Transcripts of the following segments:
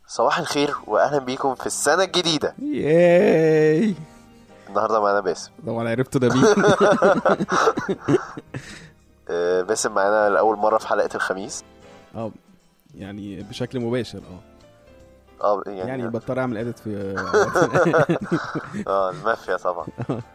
صباح الخير واهلا بيكم في السنه الجديده. ياي. النهارده معانا باسم. طبعا عرفت ده مين. باسم معانا لاول مره في حلقه الخميس. اه، يعني بشكل مباشر اه يعني يعني بضطر اعمل ادت في اوقات. اه المافيا طبعا.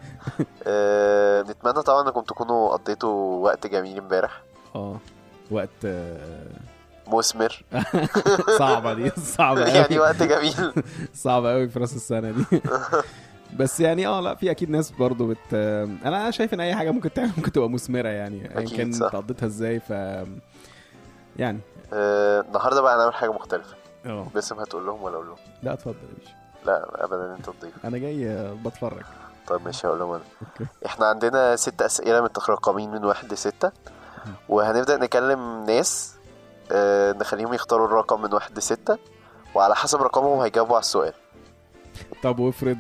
نتمنى طبعا انكم تكونوا قضيتوا وقت جميل امبارح. اه، وقت مثمر. صعبة دي، صعبة يعني قوي. وقت جميل. صعبة قوي في راس السنة دي. بس يعني لا، في اكيد ناس برضو انا شايف ان اي حاجة ممكن تعمل ممكن تبقى مثمرة، يعني ايا اكيد كان انت صح. قضيتها ازاي. يعني النهارده بقى هنعمل حاجه مختلفه. اه، باسم هتقول لهم ولا اقول لهم؟ لا اتفضل يا باشا. لا ابدا، انت تضيف. انا جاي بتفرج. طيب ماشي، هقول لهم انا. اوكي. احنا عندنا 6 اسئله مترقمين من 1 ل6، وهنبدأ نكلم ناس. نخليهم يختاروا الرقم من 1 ل6، وعلى حسب رقمهم هيجاوبوا على السؤال. طب وافرض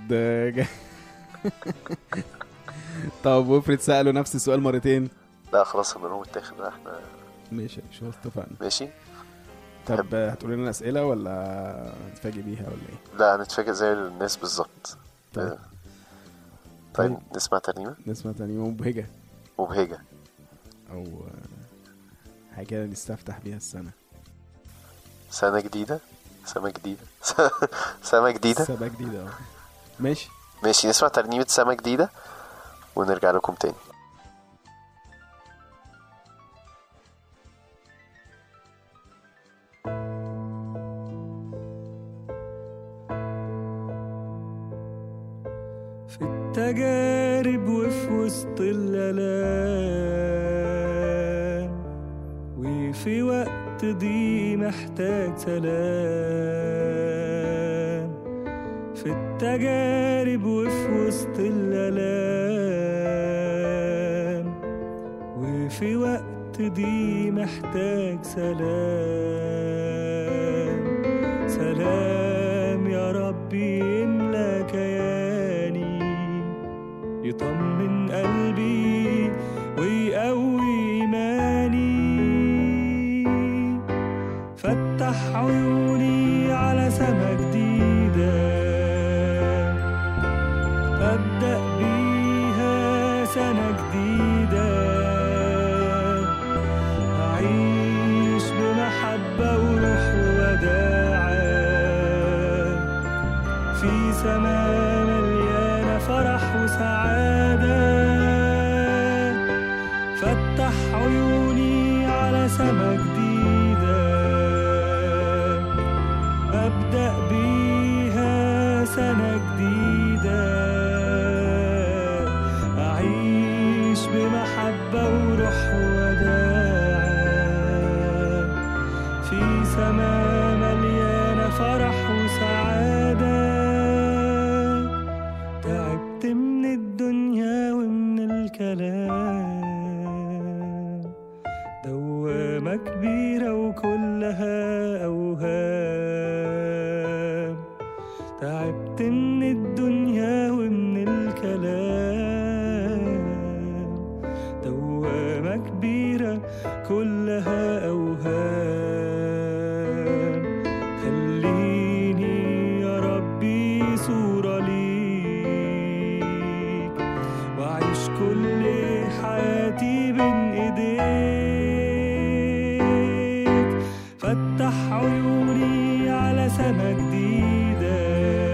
طب وافرض سألوا نفس السؤال مرتين. لا خلاص، هنقولهم اتاخد بقى احنا. ماشي، شو اتفقنا. ماشي. تحب؟ طب هتقول لنا أسئلة ولا نتفاجئ بيها ولا ايه؟ لا، هنتفاجئ زي الناس بالظبط. طيب. آه، طيب طيب نسمع ترنيمة نسمع تاني مبهجة، مبهجة. أو حاجة كده نستفتح بيها السنة. سنة جديدة، سما جديدة. سما جديدة. سباق جديدة ماشي. ماشي، نسمع ترنيمة سما جديدة ونرجع لكم تاني. في التجارب وفي وسط الآلام، وفي وقت ضيق محتاج سلام. في التجارب وفي وسط الآلام، وفي وقت ضيق محتاج سلام. سلام يا ربي يملى كياني، يطمن قلبي ويقوي إيماني. فتح عيوني على سما جديدة، أبدأ بيها سنة جديدة. أعيش بمحبة وروح وداعة في سماء مليانة فرح وسعادة. فتح عيوني على سما جديدة، أبدأ بيها سنة جديدة. أعيش بمحبة وروح وداعة في سماء مليانة فرح وسعادة. تعبت من الدنيا ومن الكلام، دوامة كبيرة وكلها أوهام. تعبت من الدنيا ومن الكلام، دوامة كبيرة كلها أوهام. خليني يا ربي صورة ليك، وأعيش كل حياتي بين إيديك. فتح عيوني على سما جديدة،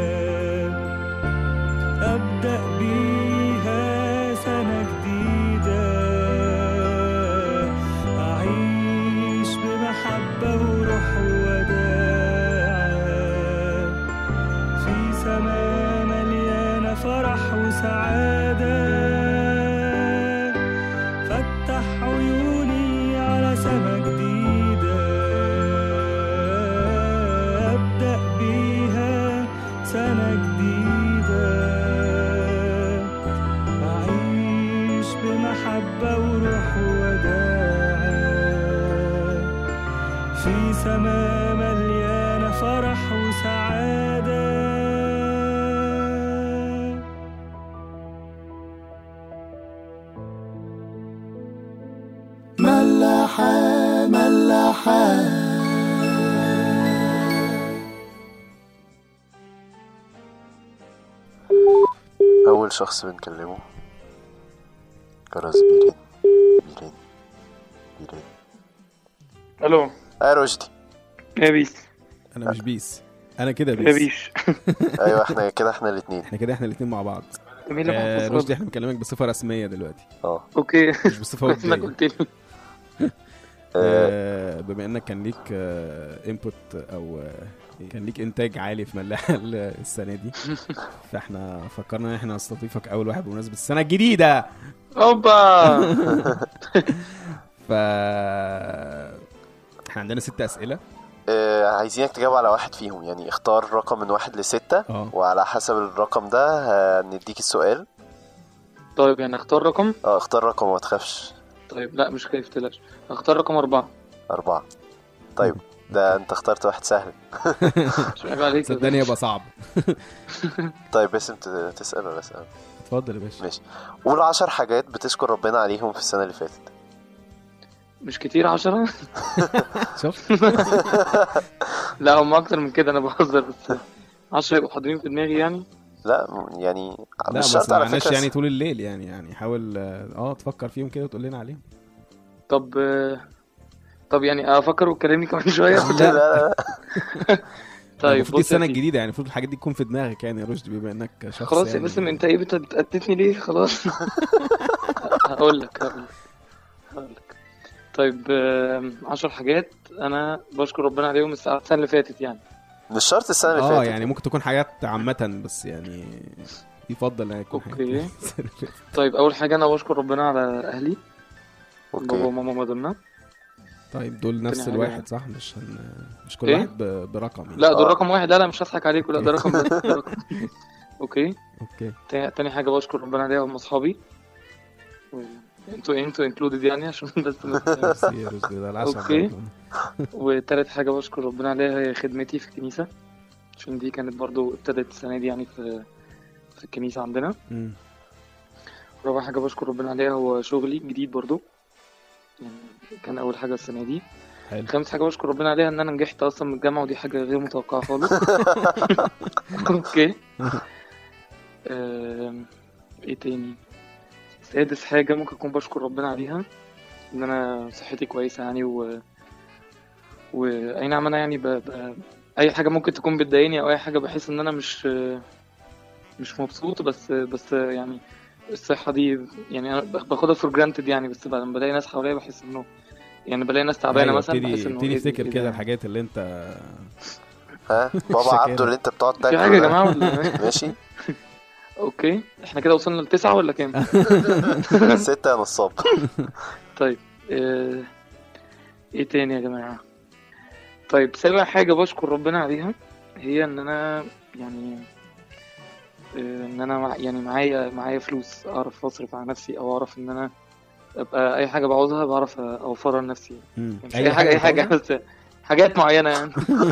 أبدأ بيها سنة جديدة. أعيش بمحبة وروح وداعة في سماء مليانة فرح وسعادة. فتح عيوني على سما جديدة، أبدأ بيها سنة جديدة. أعيش بمحبة وروح وداعة في سماء مليانة فرح وسعادة. ملاحة ملاحة اول شخص بنكلمه. جرس بيرن بيرن بيرن. الو رشدي. يا بيس. انا مش بيس، انا كده يا بيس. بيش. ايوه احنا كده احنا الاثنين. احنا الاثنين مع بعض. مين اللي محفوظ رشدي احنا بنكلمك بصفه رسميه دلوقتي، اوكي مش بصفه كويس انك وديه. قلت لي. بما انك كان ليك انبوت او كان ليك انتاج عالي في ملاحه السنه دي، فاحنا فكرنا ان احنا نستضيفك اول واحد بمناسبه السنه الجديده. اوبا. ف احنا عندنا 6 اسئله. عايزينك تجاوب على واحد فيهم، يعني اختار رقم من 1 ل6 وعلى حسب الرقم ده هنديك السؤال. طيب يعني اختار رقم. اختار رقم وما تخافش. طيب لا مش خايف تلاش، اختار رقم 4. طيب ده انت اخترت واحد سهل. مش عيب عليك صدقني يبقى صعب. طيب باسم تسأل ولا اسأل؟ اتفضل يا باشا. ماشي. قول 10 حاجات بتشكر ربنا عليهم في السنة اللي فاتت. مش كتير 10. شفت؟ لا هم اكتر من كده، انا بهزر، بس 10 يبقوا حاضرين في دماغي يعني. لا يعني لا مش بس شرط على معناش فكرة يعني طول الليل، يعني حاول تفكر فيهم كده وتقول لنا عليهم. طب يعني افكر وتكلمني كمان شويه. لا طيب المفروض السنه الجديده يعني المفروض الحاجات دي تكون في دماغك يعني يا رشدي، بما انك شخص خلاص يعني. يا باسم انت ايه بتقتتني ليه؟ خلاص. هقول لك. طيب 10 حاجات انا بشكر ربنا عليهم السنه اللي فاتت يعني. مش شرط السنة اللي فاتت يعني ممكن تكون حاجات عامة، بس يعني يفضل ان يكون اوكي. طيب اول حاجة انا بشكر ربنا على اهلي، بابا وماما مدلنا. طيب دول نفس الواحد صح؟ مش كل واحد برقم يعني. لا دول رقم واحد. لا مش هضحك عليكم، لا ده رقم بس. اوكي. تاني حاجة بشكر ربنا عليها هم اصحابي، انتوا انكلودد يعني عشان بس اوكي. وتالت حاجة بشكر ربنا عليها هي خدمتي في الكنيسة، عشان دي كانت برضو ابتدت السنة دي يعني في الكنيسة عندنا. رابع حاجة بشكر ربنا عليها هو شغلي جديد برضو، يعني كان أول حاجة السنة دي. خامس حاجة بشكر ربنا عليها إن أنا نجحت أصلا من الجامعة، ودي حاجة غير متوقعة خالص. أوكي. إيه تاني؟ سادس حاجة ممكن أكون بشكر ربنا عليها إن أنا صحتي كويسة يعني، أي نعم أنا يعني أي حاجة ممكن تكون بتضايقني أو أي حاجة بحس إن أنا مش مبسوط، بس يعني الصحة دي يعني أنا باخدها for granted يعني، بس لما بلاقي ناس حواليا بحس إنه يعني بلاقي ناس تعبانة مثلا بحس إنه تبتدي تفتكر كده الحاجات اللي أنت بابا عبده اللي أنت بتقعد تاكله. في حاجة يا جماعة ولا ماشي. اوكي احنا كده وصلنا ل9 ولا كام؟ 6 يا نصاب. طيب ايه تاني يا جماعة؟ طيب سابع حاجة بشكر ربنا عليها هي ان انا يعني ان انا يعني معايا فلوس اعرف اصرف على نفسي، او اعرف ان انا ابقى اي حاجة بعوزها بعرف اوفرها لنفسي يعني. مش اي حاجة بس حاجات معينة يعني.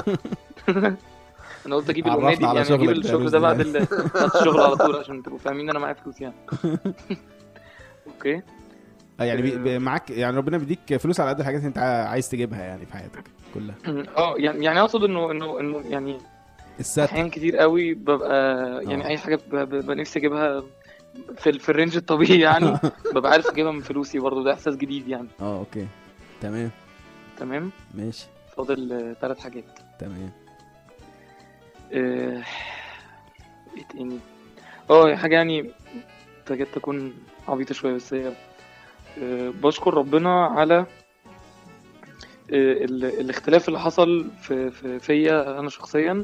انا قلت اجيب الامنيه دي يعني، اجيب الشغل ده بعد الشغل على طول عشان تبقوا فاهمين انا معايا فلوس يعني. اوكي. يعني معاك يعني ربنا بيديك فلوس على قد الحاجات اللي انت عايز تجيبها يعني في حياتك كلها. يعني اقصد انه يعني احيان كتير قوي ببقى يعني اي حاجه ببقى نفسي اجيبها في الرينج الطبيعي يعني، ببقى عارف اجيبها من فلوسي برضو، ده احساس جديد يعني. اوكي تمام ماشي. فاضل 3 حاجات. تمام. ايه تاني؟ حاجه يعني تكاد تكون عبيطه شويه، بس هي بشكر ربنا على الاختلاف اللي حصل فيا انا شخصيا،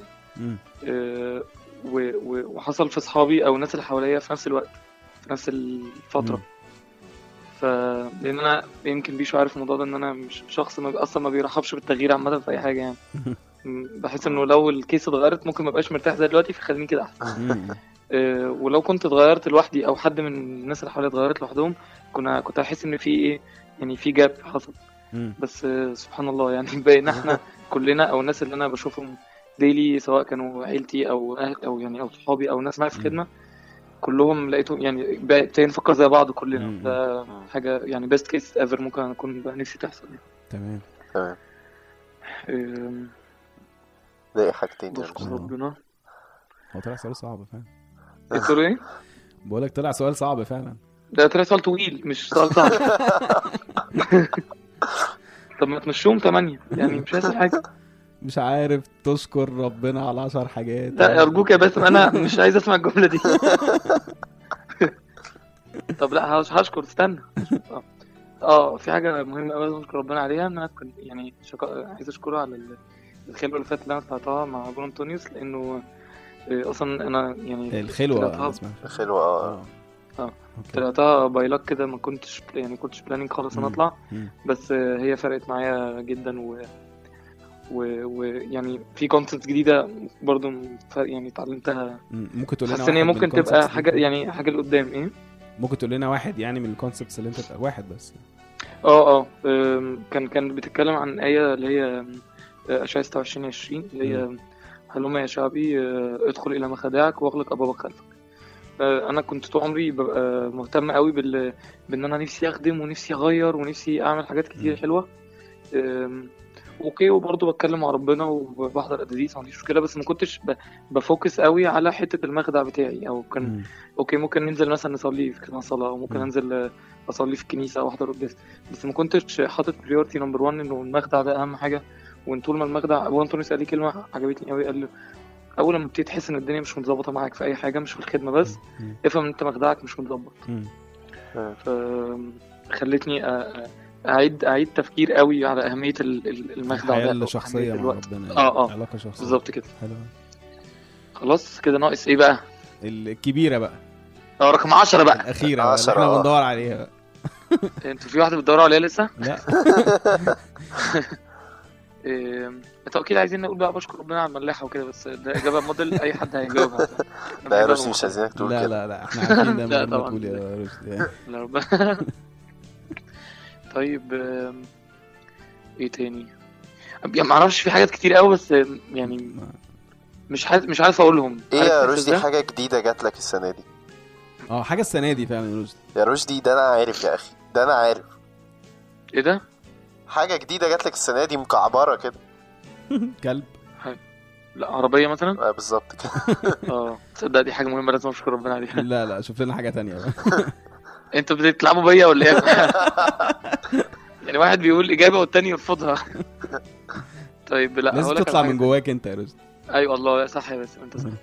وحصل في اصحابي او الناس اللي حواليا في نفس الوقت في نفس الفتره. لان انا يمكن بيشو عارف الموضوع ده، ان انا مش شخص اصلا ما بيرحبش بالتغيير عامه في اي حاجه يعني. بحس انه لو الكيس اتغيرت ممكن ما ابقاش مرتاح زي دلوقتي، فخليني كده احسن. ولو كنت اتغيرت لوحدي او حد من الناس اللي حواليا اتغيرت لوحدهم كنت احس ان في ايه يعني، في جاب حصل. بس سبحان الله يعني بقينا احنا كلنا او الناس اللي انا بشوفهم ديلي، سواء كانوا عيلتي او اهل او يعني او صحابي او ناس معايا في خدمه، كلهم لقيتهم يعني بقينا نفكر زي بعض كلنا. ده حاجه يعني بيست كيس ايفر ممكن اكون بقى نفسي تحصل يعني. تمام. ده حاجتين بشكر ربنا. هو طلع سؤال صعب فاهم. قلت له ايه؟ بقولك طلع سؤال صعب فعلا. ده طلع سؤال طويل مش سؤال صعب. طب ما تمشوهم 8 يعني مش هيحصل حاجة. مش عارف تشكر ربنا على 10 حاجات. لا ارجوك يا باسم انا مش عايز اسمع الجملة دي. طب لا هشكر، استنى. في حاجة مهمة قوي لازم اشكر ربنا عليها، ان انا كنت يعني عايز اشكره على الخلوة اللي فاتت اللي انا طلعتها مع ابو انطونيوس، لانه اصلا انا يعني الخلوة الخلوة طلعتها بايلك كده، ما كنتش بلانينج خالص انا اطلع، بس هي فرقت معايا جدا ويعني في كونسبت جديدة برضو يعني اتعلمتها. ممكن تقول لنا حاسس ان هي ممكن تبقى حاجة يعني حاجة اللي قدام ايه. ممكن تقول لنا واحد يعني من الكونسبتس اللي انت واحد بس. كان بتتكلم عن آية اللي هي أشعياء 26:20 اللي هي هلم يا شعبي ادخل إلى مخادعك واغلق أبوابك خلفك. أنا كنت طول عمري ببقى مهتم قوي بأن أنا نفسي أخدم ونفسي أغير ونفسي أعمل حاجات كتير حلوة. اوكي، وبرضه بتكلم مع ربنا وبحضر قداسيس، ما عنديش مشكله، بس ما كنتش بفوكس قوي على حته المخدع بتاعي. او كان اوكي ممكن ننزل مثلا نصلي في صلاه، او ممكن انزل اصلي في الكنيسه او احضر قداس، بس ما كنتش حاطط بريورتي نمبر 1 انه المخدع ده اهم حاجه. وان طول ما المخدع، ابو انطونيوس قال لي كلمه عجبتني قوي، قال لي اول لما بتبتدي تحس ان الدنيا مش متظبطه معاك في اي حاجه، مش في الخدمه بس، افهم ان انت مخدعك مش متظبط. فخلتني اعيد تفكير قوي على اهميه المخدع ده، الشخصيه مع ربنا، علاقه شخصيه بالظبط كده. حلو. خلاص كده ناقص ايه بقى؟ الكبيره بقى، رقم 10 بقى، الاخيره اللي احنا بندور عليها بقى. انتوا في واحده بتدوروا عليها لسه؟ لا. انتوا اكيد عايزين نقول بقى بشكر ربنا على الملاحه وكده، بس ده اجابه موديل اي حد هيجاوبها. لا يا رشدي مش عايزينك تقول كده. لا احنا عارفين ده من غير ما تقول يا رشدي. لا ربنا. طيب ايه تاني؟ يعني ما اعرفش، في حاجات كتير قوي بس يعني مش عارف اقولهم. ايه يا رشدي حاجه جديده جات لك السنه دي؟ حاجه السنه دي فعلا يا رشدي. يا رشدي ده انا عارف يا اخي، ده انا عارف. ايه ده؟ حاجه جديده جات لك السنه دي مكعبره كده. كلب؟ لا عربيه مثلا. بالظبط كده. تصدق دي حاجه مهمه لازم اشكر ربنا عليها. لا شوف لنا حاجه تانية بقى. انتوا بتلعبوا بيا ولا ايه؟ يعني واحد بيقول اجابه والتاني يرفضها. طيب لا، لازم تطلع من جواك انت يا رشدي. ايوه والله صح يا باسم، انت صح.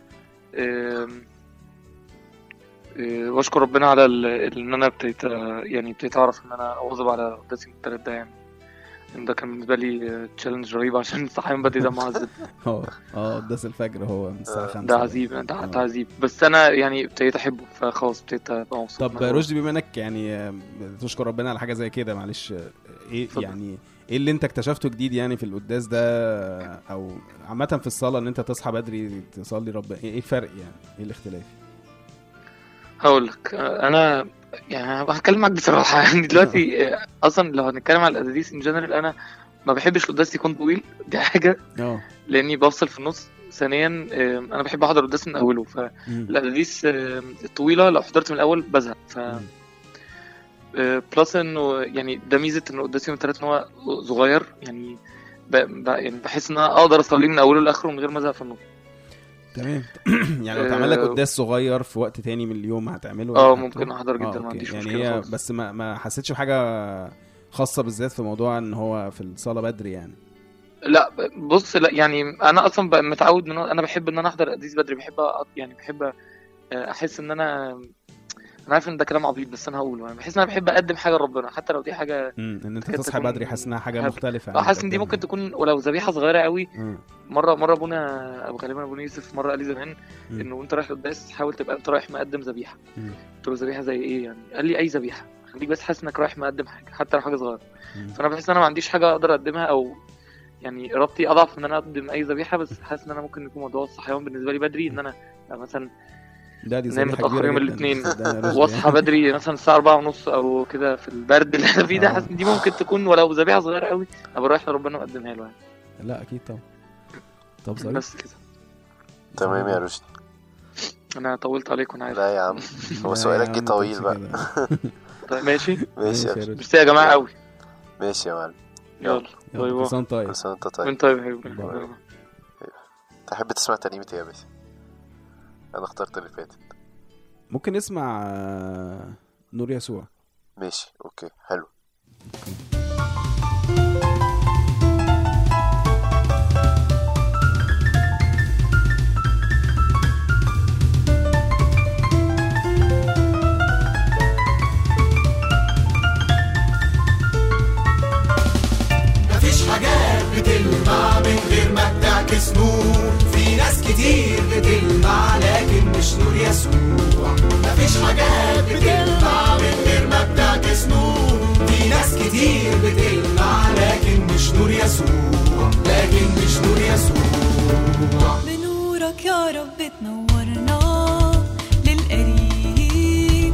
واشكر ربنا على ان انا ابتديت اعرف ان انا اواظب على قداسي التلات ده. يعني ده كان بالنسبه لي تشالنج رهيب عشان الصحيان بدري ده معذب. قداس الفجر هو من الساعه 5 ده عذيب، ده عذيب، بس انا يعني ابتديت احبه فخلاص ابتديت ابقى مبسوط. طب رشدي بما انك يعني تشكر ربنا على حاجه زي كده، معلش ايه فضل. يعني ايه اللي انت اكتشفته جديد يعني في القداس ده، او عامه في الصلاه، ان انت تصحى بدري تصلي ربنا، ايه الفرق يعني، ايه الاختلاف؟ هقول لك، انا يعني هتكلم معاك بصراحه. يعني دلوقتي اصلا لو هنتكلم على القداسيس ان جنرال، انا ما بحبش القداس يكون طويل، دي حاجه لاني بفصل في النص. ثانيا انا بحب احضر القداس من اوله، فالقداسيس الطويله لو حضرت من الاول بزهق. بلس انه يعني ده ميزه انه القداس يوم الثلاث ان هو صغير، يعني يعني بحس ان انا اقدر اصلي من اوله لاخره من غير ما ازهق في النص. تمام. يعني لو تعمل لك قداس صغير في وقت تاني من اليوم هتعمله؟ ممكن احضر جدا، ما عنديش يعني مشكله هي خالص. بس ما حسيتش بحاجه خاصه بالذات في موضوع ان هو في الصلاه بدري يعني؟ لا بص، لا يعني انا اصلا متعود ان انا بحب ان انا احضر قداس بدري، بحب احس ان انا عارف ان ده كلام عبيط بس انا هقوله. يعني بحس ان انا بحب اقدم حاجه لربنا حتى لو دي حاجه ان انت تصحى بدري، حاسس انها حاجه مختلفه. حاسس ان دي ممكن تكون ولو ذبيحه صغيره قوي. مره ابونا غالبا ابونا يوسف مره قال لي زمان انه انت رايح القداس حاول تبقى انت رايح مقدم ذبيحه. قلت له ذبيحه زي ايه يعني؟ قال لي اي ذبيحه، خليك بس حاسس انك رايح مقدم حاجه حتى لو حاجه صغيره. فانا بحس ان انا ما عنديش حاجه اقدر اقدمها، او يعني ارادتي اضعف ان انا اقدم اي ذبيحه، بس حاسس ان انا ممكن يكون موضوع الصحيان بالنسبه لي بدري، ان انا مثلا نام متاخر يوم الاثنين واصحى بدري مثلا الساعه 4:30 او كده في البرد اللي احنا فيه ده. حاسس ان دي ممكن تكون ولو ذبيحه صغيره قوي ابقى رايح لربنا واقدمها له. لا اكيد طبعا. طب صحيح بس كده تمام يا رشدي. انا طولت عليكم انا عارف. لا يا عم، هو سؤالك جه طويل بقى. طيب ماشي ماشي بس يا جماعه قوي. ماشي يا معلم، يلا باي باي. طيب انت طيب. انت طيب يا حبيبي. تحب تسمع ترنيمة ايه يا باسم؟ انا اخترت اللي فاتت. ممكن نسمع نور يسوع. ماشي اوكي حلو. مفيش حاجات بتلمع من غير ما بتعكس نور. في ناس كتير بتلمع لكن مش نور يسوع. مفيش حاجات بتلمع من غير ما بتعكس نور. في ناس كتير بتلمع لكن مش نور يسوع. لكن مش نور يسوع. بنورك يا رب تنورنا للقريب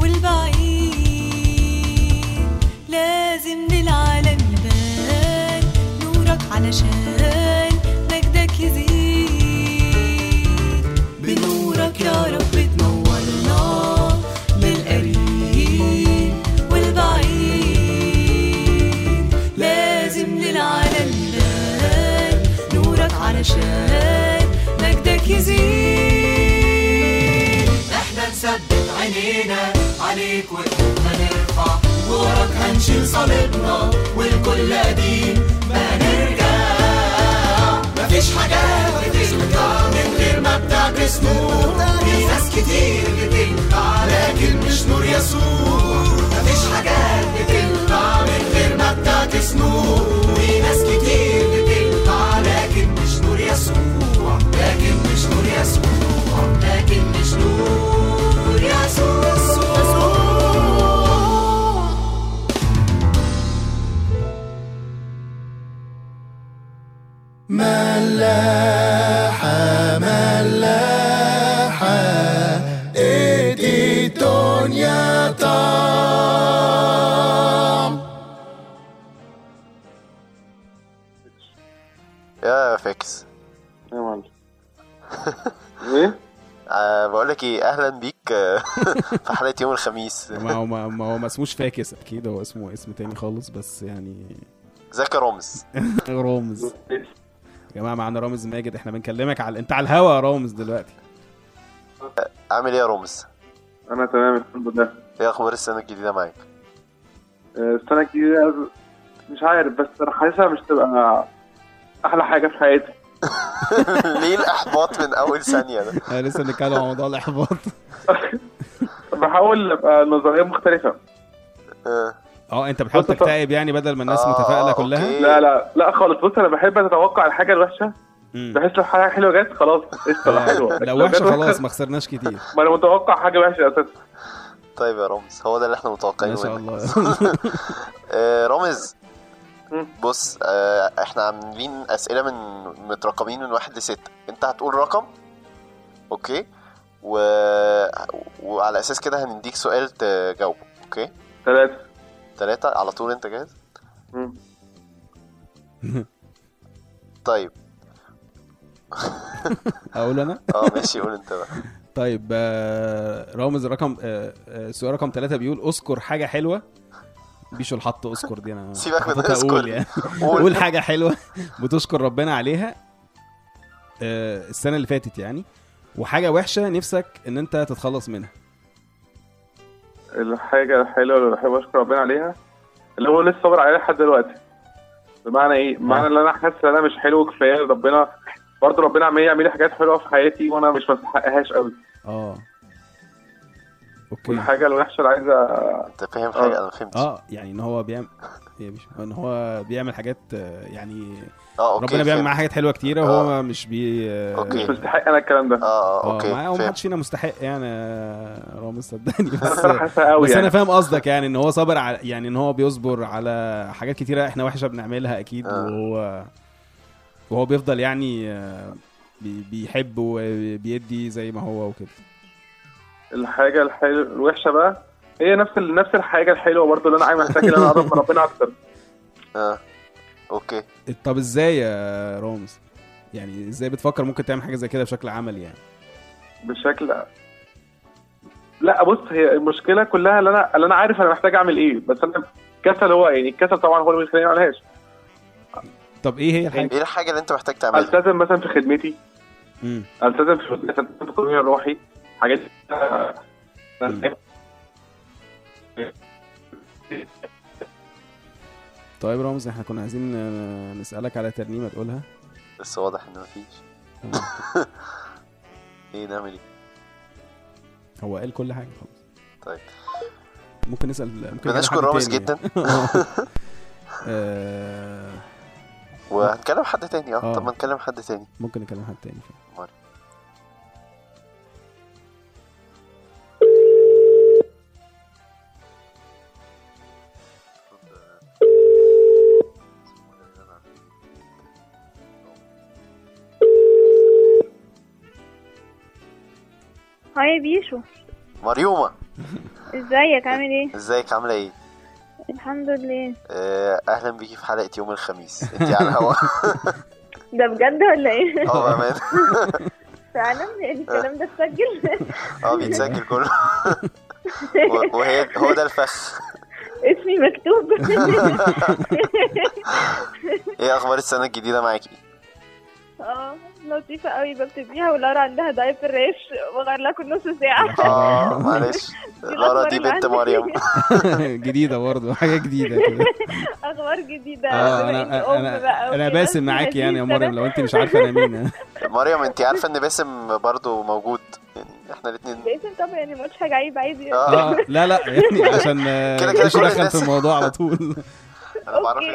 والبعيد. لازم للعالم يبان نورك علشان مجدك يزيد. بنورك يا رب تنورنا للقريب والبعيد. لازم للعالم يبان نورك علشان مجدك يزيد. احنا نثبت عينينا عليك وقفنا نرفع ووراك هنشيل صليبنا والكل قديم ما نرجع. مفيش حاجات بتلمع من غير ما بتعكس نور. في ناس كتير بتلمع لكن مش نور يسوع. مفيش حاجات بتلمع من غير ما بتعكس نور. في ناس كتير بتلمع لكن مش نور يسوع. لكن مش نور يسوع. لكن مش نور يسوع. ملاحة ملاحة ادي الدنيا طعم. يا فاكس يا معلم. ايه بقولك ايه، اهلا بيك في حلقة يوم الخميس. ما هو ما اسموش فاكس اكيد، هو اسمه اسم تاني خالص بس يعني. ازيك يا رامز؟ رامز يا جماعه، معانا رامز ماجد. احنا بنكلمك انت على الهوا يا رامز دلوقتي. عامل ايه يا رامز؟ انا تمام الحمد لله. ايه اخبار السنة الجديدة معاك؟ السنة الجديدة مش عارف، بس انا حاسسها مش تبقى احلى حاجة في حياتي. ليه الاحباط من اول ثانية ده؟ لسه بنتكلم عن موضوع الاحباط. بحاول ابقى نظرية مختلفة. انت بتحاول تكتئب يعني بدل ما الناس متفائلة كلها. أوكي. لا خالص. بص انا بحب اتوقع الحاجة الوحشة بحس لو حاجة حلوة جت خلاص قشطة حلوة. لو وحشة خلاص ما خسرناش كتير. ما انا متوقع حاجة وحشة اساسا. طيب يا رامز، هو ده اللي احنا متوقعينه ما شاء منك. الله. رامز بص، احنا عاملين اسئلة مترقمين من 1 ل6. انت هتقول رقم اوكي وعلى اساس كده هنديك سؤال تجاوبه. اوكي 3 على طول. انت جاهز؟ طيب اقول انا؟ ماشي قول انت بقى. طيب رامز رقم سؤال رقم 3 بيقول اذكر حاجة حلوة. بيشو الحط اذكر دي انا سيبك من اذكر يعني. قول حاجة حلوة بتشكر ربنا عليها السنة اللي فاتت يعني، وحاجة وحشة نفسك ان انت تتخلص منها. الحاجة الحلوة اللي بحب اشكر ربنا عليها اللي هو لسه صابر عليها لحد دلوقتي. بمعنى ايه؟ بمعنى ان انا حاسس ان انا مش حلو كفايه. ربنا برضه ربنا عمال يعمل لي حاجات حلوه في حياتي وانا مش مستحقهاش قوي. اوكي. الحاجه الوحشه اللي عايزه انت فاهم حاجه انا فهمت. يعني ان هو بيعمل ان هو بيعمل حاجات يعني أوكي. ربنا بيعمل معاه حاجات حلوه كتيره وهو مش أوكي. مش مستحق انا الكلام ده. اوكي. ما حدش فينا مستحق يعني رامز صدقني. بس يعني. انا فاهم قصدك يعني ان هو صابر على يعني ان هو بيصبر على حاجات كتيره احنا وحشه بنعملها اكيد. وهو بيفضل يعني بيحب وبيدي زي ما هو وكده. الحاجه الوحشه بقى هي نفس الحاجه الحلوه برضه اللي انا عايز محتاج ان انا اقرب من ربنا اكتر. اوكي. طب ازاي يا رامز يعني ازاي بتفكر ممكن تعمل حاجه زي كده بشكل عملي يعني؟ بشكل لا بص، هي المشكله كلها اللي انا عارف انا محتاج اعمل ايه، بس انا كسل. هو يعني الكسل طبعا هو اللي بيخليني ما اعملهاش. طب ايه الحاجه اللي انت محتاج تعملها؟ التزم مثلا في خدمتي. التزم في القانون الروحي. حاجات طيب رامز، احنا كنا عايزين نسألك على ترنيمة تقولها بس واضح ان مفيش. ايه نعمل ايه؟ هو قال كل حاجة خلاص. طيب ممكن نسأل، ممكن بنشكر رامز جدا. وهنكلم حد تاني. طب ما نكلم حد تاني. ممكن نكلم حد تاني. ماري. هاي بيشو. مريومة، ازيك؟ عامل ايه؟ ازيك؟ عاملة ايه؟ الحمد لله. اهلا بيكي في حلقة يوم الخميس. انتي على الهوا. ده بجد ولا ايه؟ بأمان. فعلا الكلام ده اتسجل؟ بيتسجل كله. هو ده الفخ. اسمي مكتوب. ايه اخبار السنة الجديدة معاكي؟ لطيفة قوي، بكتب بيها ولارا عندها ضعيف الريش وغير لها كل نص ساعة. معلش، لارا دي بنت مريم. جديدة برضه، حاجة جديدة كده. اخبار جديدة. انا باسم معاكي يعني يا مريم، لو انت مش عارفة انا مين. مريم، انت عارفة ان باسم برضه موجود؟ يعني احنا الاثنين. باسم طبعا، يعني مش حاجة عيب، عادي. لا يعني عشان كده مش دخل في الموضوع على طول. انا بعرف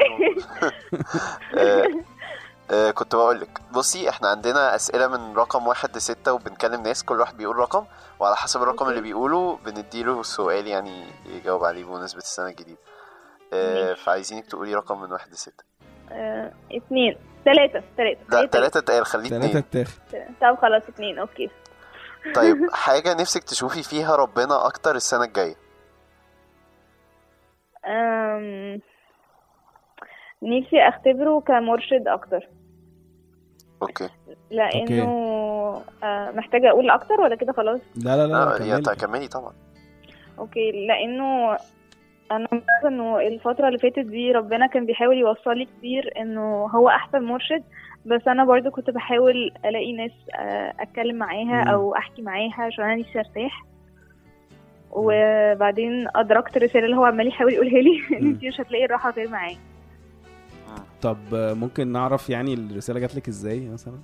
كنت بقولك بصي، احنا عندنا اسئلة من رقم 1 ل6 وبنكلم ناس، كل واحد بيقول رقم وعلى حسب الرقم اللي بيقوله بنديله سؤال يعني يجاوب عليه بمناسبة السنة الجديدة. فعايزينك تقولي رقم من 1 ل6. 2 3. لا 3 اتقال، خليه 2. طب خلاص 2. اوكي. طيب حاجة نفسك تشوفي فيها ربنا اكتر السنة الجاية؟ نفسي اختبره كمرشد اكتر. اوكي. لانه محتاجه اقول اكتر ولا كده خلاص؟ لا كملي طبعا. اوكي. لانه انا مثلا انه الفتره اللي فاتت دي ربنا كان بيحاول يوصل لي كتير انه هو احسن مرشد، بس انا برضو كنت بحاول الاقي ناس اتكلم معاها او احكي معاها عشان انا نفسي ارتاح. وبعدين ادركت الرساله اللي هو عمال يحاول يقولها لي ان انت مش هتلاقي الراحه غير معاه. طب ممكن نعرف يعني الرسالة جات لك ازاي مثلا؟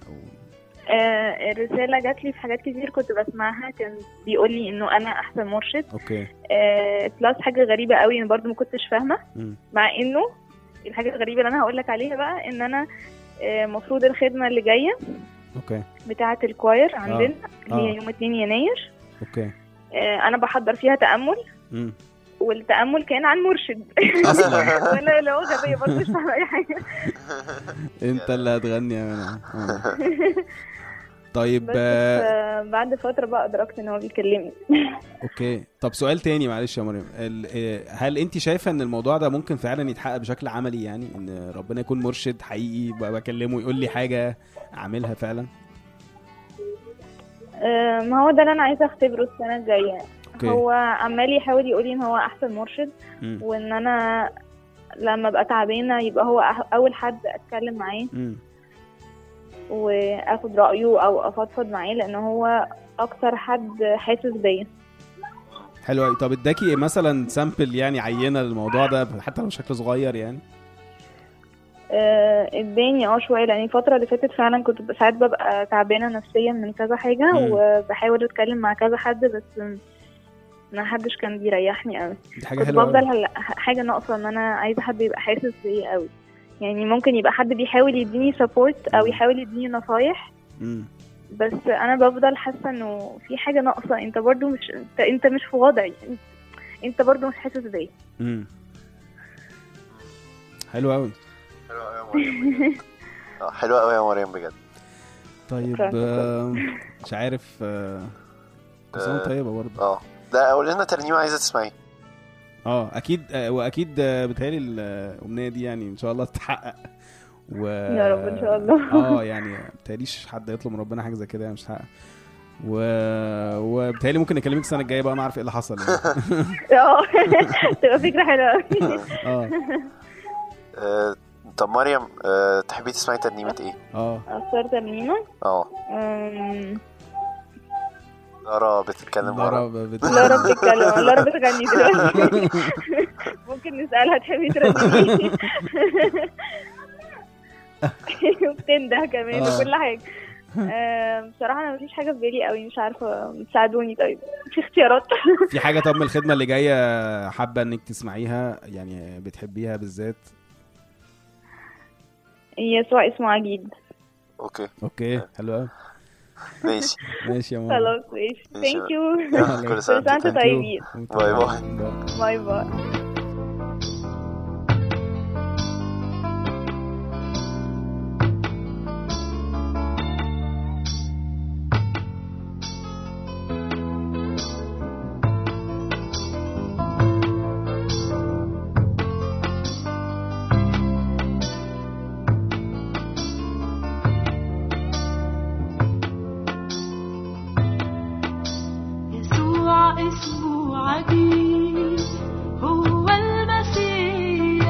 الرسالة جات لي في حاجات كتير كنت بسمعها، كان بيقول لي انه انا احسن مرشد. اوكي. بلس حاجة غريبة قوي انا برضو ما كنتش فاهمة، مع انه الحاجة الغريبة اللي انا هقول لك عليها بقى ان انا مفروض الخدمة اللي جاية اوكي بتاعة الكواير عندنا هي يوم 2 يناير. اوكي. انا بحضر فيها تأمل. والتأمل كان عن مرشد اصلا. وانا لو غبية برضه مش فاهمة اي حاجة. انت اللي هتغني يا منى. طيب بعد فترة بقى ادركت ان هو بيكلمني. اوكي. طب سؤال تاني معلش يا مريم، هل انت شايفة ان الموضوع ده ممكن فعلا يتحقق بشكل عملي؟ يعني ان ربنا يكون مرشد حقيقي بكلمه يقول لي حاجة اعملها فعلا؟ ما هو ده اللي انا عايزة اختبره السنة الجاية. هو عمال يحاول يقولي ان هو احسن مرشد، وان انا لما ابقى تعبانه يبقى هو اول حد اتكلم معاه واخد رايه او افضفض معاه، لان هو اكتر حد حاسس بيا. حلو قوي. طب اداكي مثلا سامبل يعني عينه للموضوع ده حتى لو بشكل صغير يعني؟ اداني شويه، لان الفتره اللي فاتت فعلا كنت ساعات ببقى تعبانه نفسيا من كذا حاجه وبحاول اتكلم مع كذا حد بس ما حدش كان بيريحني قوي. كنت بفضل حاجه ناقصه ان انا عايزه حد يبقى حاسس بيا قوي. يعني ممكن يبقى حد بيحاول يديني سبورت او يحاول يديني نصايح، بس انا بفضل حاسه انه في حاجه ناقصه. انت برضو مش انت مش في وضعي، انت برضو مش حاسس بيا. حلو قوي. حلو قوي يا مريم بجد. طيب مش عارف كسان طيبه برضو. لا قول لنا ترنيمه عايزه تسمعيها. اكيد واكيد بتهيألي الامنيه دي يعني ان شاء الله تتحقق يا رب ان شاء الله. يعني بتهيأليش حد يطلب من ربنا حاجه زي كده يعني مش هتحقق. وبتهيألي ممكن نكلمك السنه الجايه بقى نعرف ايه اللي حصل يعني. تبقى فكره حلوه. طب مريم تحبي تسمعي ترنيمه ايه؟ اختار ترنيمه. لارا بتتكلم لارا ورا. لارا بتتكلم، لارا بتغني دلوقتي. ممكن نسألها تحبي ترددي؟ وبتنده كمان وكل حاجة. بصراحة أنا مفيش حاجة في بالي قوي، مش عارفة، تساعدوني طيب في اختيارات. في حاجة طب من الخدمة اللي جاية حابة انك تسمعيها يعني بتحبيها بالذات؟ يسوع اسمه عجيب. اوكي حلو قوي. ماشي ماشي يا ماما. خلاص ماشي، ثانك يو. كل سنة كل سنة وانتم طيبين. باي باي. باي باي. اسمه عجيب هو المسيح،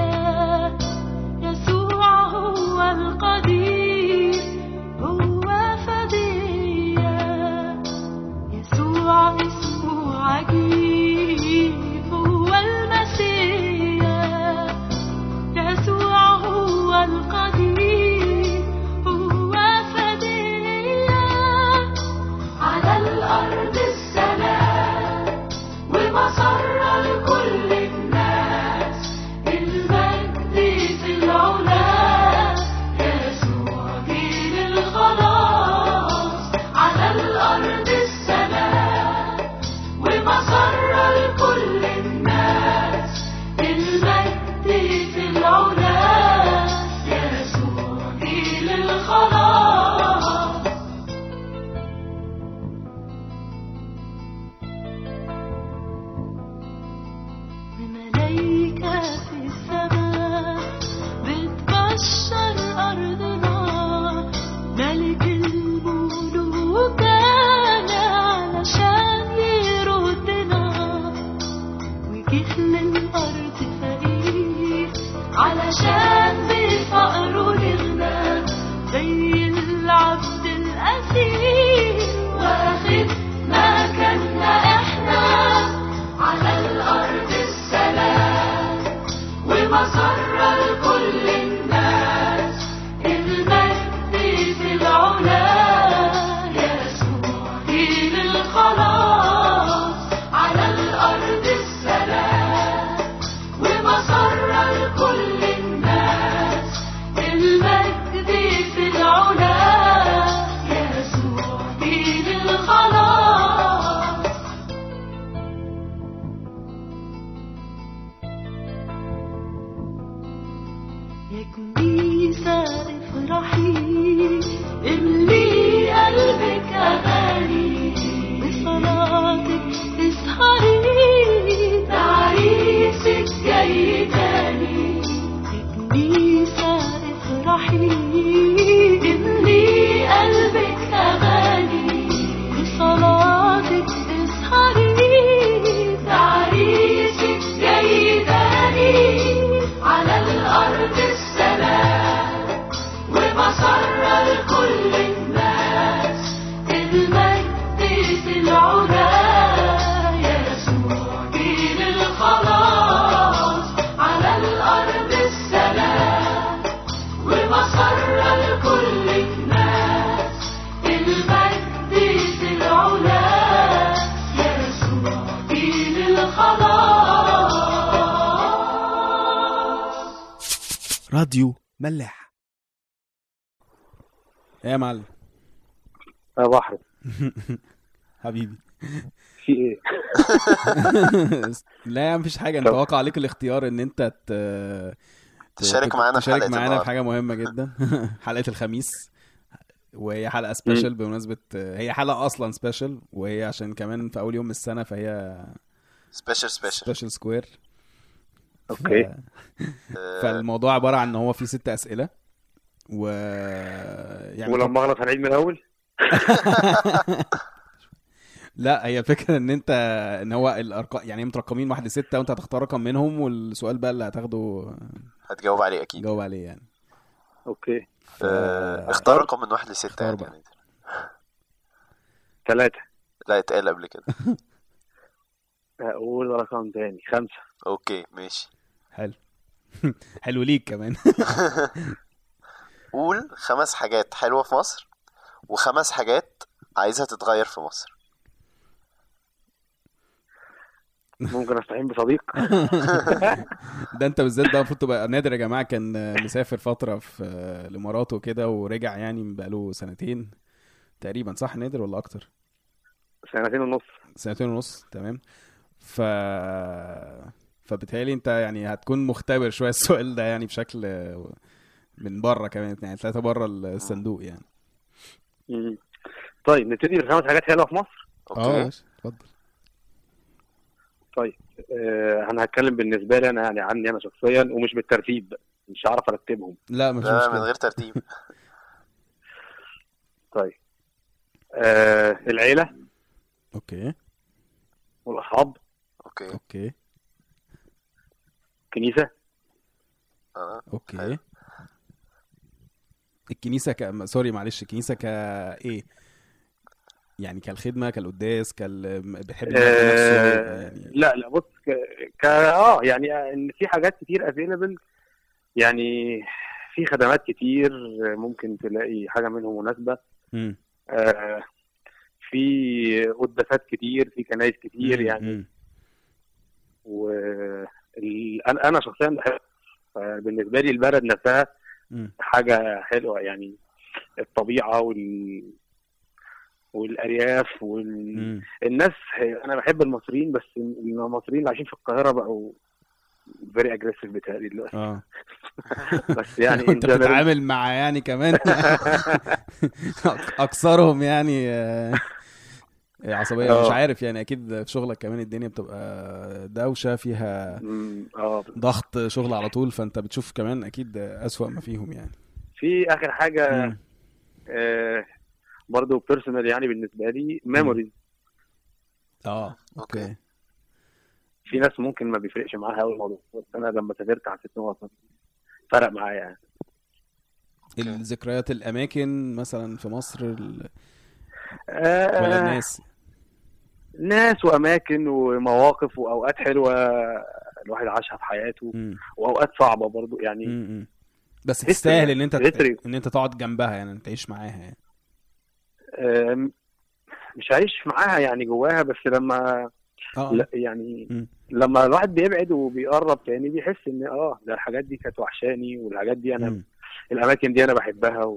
يسوع هو القدير هو فدية. يسوع اسمه عجيب هو المسيح، يسوع هو القدير هو فدية. على الأرض مسر لكل الناس، المجد في العلا، يسوع جيل الخلاص. على الأرض السلام ومسر لكل الناس، المجد في العلا، يسوع جيل الخلاص. ملايكة في السماء بتبشر أرضنا، ملك الملوك جانا علشان يردنا، وجه للأرض فقير علشان بفقره نغنى، زي العبد الأسير واخد مكاننا احنا. على الأرض السلام ومسر لكل الناس، المجد في العلا، يسوع جيل الخلاص. على الأرض السلام ومسر لكل الناس، المجد في العلا، يسوع جيل الخلاص. يا كنيسة افرحي، املي قلبك أغاني، بصلاتك اسهري، تعريسك جاي تاني. يا كنيسة افرحي، املي قلبك أغاني، بصلاتك اسهري، تعريسك جاي تاني. على الأرض السلام ومسر لكل الناس، المجد في العلا، يسوع جيل الخلاص. على الأرض السلام ومسر لكل الناس، المجد في العلا، يسوع جيل الخلاص. راديو ملاح. يا معلم يا بحر حبيبي في ايه؟ لا مفيش حاجه، انت واقع عليك الاختيار ان انت تشارك معانا في حاجه مهمه جدا. حلقه الخميس، وهي حلقه سبيشال بمناسبه، هي حلقه اصلا سبيشال، وهي عشان كمان في اول يوم من السنه، فهي سبيشال سكوير. اوكي. فالموضوع عباره عن ان هو فيه 6 اسئله، يعني ولما اغلط هنعيد من الاول. لا هي الفكره ان هو الارقام يعني مترقمين 1 ل6، وانت هتختار رقم منهم، والسؤال بقى اللي هتاخده هتجاوب عليه اكيد. جاوب عليه يعني. اوكي. اختار رقم من 1 ل6 يعني. 3. لا اتقال قبل كده. اقول رقم تاني 5. اوكي ماشي. حلو. حلو ليك كمان. قول 5 حاجات حلوة في مصر و5 حاجات عايزها تتغير في مصر. ممكن استعين بصديق. ده انت بالذات بقى المفروض تبقى نادر يا جماعه، كان مسافر فتره في الامارات وكده ورجع يعني بقاله سنتين تقريبا، صح نادر ولا اكتر؟ 2.5 2.5 سنة. تمام. فبالتالي انت يعني هتكون مختبر شويه السؤال ده يعني بشكل من بره كمان، يعني 3 بره الصندوق يعني. طيب نبتدي ب5 حاجات حلوه في مصر. اوكي اتفضل. طيب انا هتكلم بالنسبه لي انا، يعني عني انا شخصيا ومش بالترتيب، مش هعرف ارتبهم. لا مفيش لا من مشكله. غير ترتيب. طيب العيله اوكي. والاصحاب. اوكي. كنيسه. اوكي. حلو. الكنيسه سوري معلش، الكنيسه ايه يعني؟ كالخدمه، كالقداس، بتحب نفسه يعني؟ لا بص يعني ان في حاجات كتير افيلبل، يعني في خدمات كتير ممكن تلاقي حاجه منهم مناسبه. في قداسات كتير، في كنايس كتير يعني. انا شخصيا بحب، بالنسبه لي البلد نفسها حاجه حلوه، يعني الطبيعه والارياف الناس. انا بحب المصريين، بس المصريين اللي عايشين في القاهره بقوا فيري اجريسيف بتاعي دلوقتي. بس يعني انت بتتعامل مع يعني كمان اكثرهم يعني عصبيه. مش عارف يعني، اكيد في شغلك كمان الدنيا بتبقى دوشه فيها، ضغط شغل على طول، فانت بتشوف كمان اكيد اسوأ ما فيهم يعني. في اخر حاجه برضو بيرسونال يعني بالنسبه لي، ميموريز. اوكي. في ناس ممكن ما بيفرقش معاها قوي الموضوع، بس انا لما سافرت حسيت انه فرق معايا يعني. الذكريات، الاماكن مثلا في مصر ولا ناس واماكن ومواقف واوقات حلوه الواحد عاشها في حياته، واوقات صعبه برضو يعني. بس تستاهل ان انت تقعد جنبها يعني، تعيش معاها يعني. مش عايش معاها يعني جواها، بس لما لا يعني لما الواحد بيبعد وبيقرب تاني بيحس ان ده الحاجات دي كانت وحشاني، والحاجات دي انا الاماكن دي انا بحبها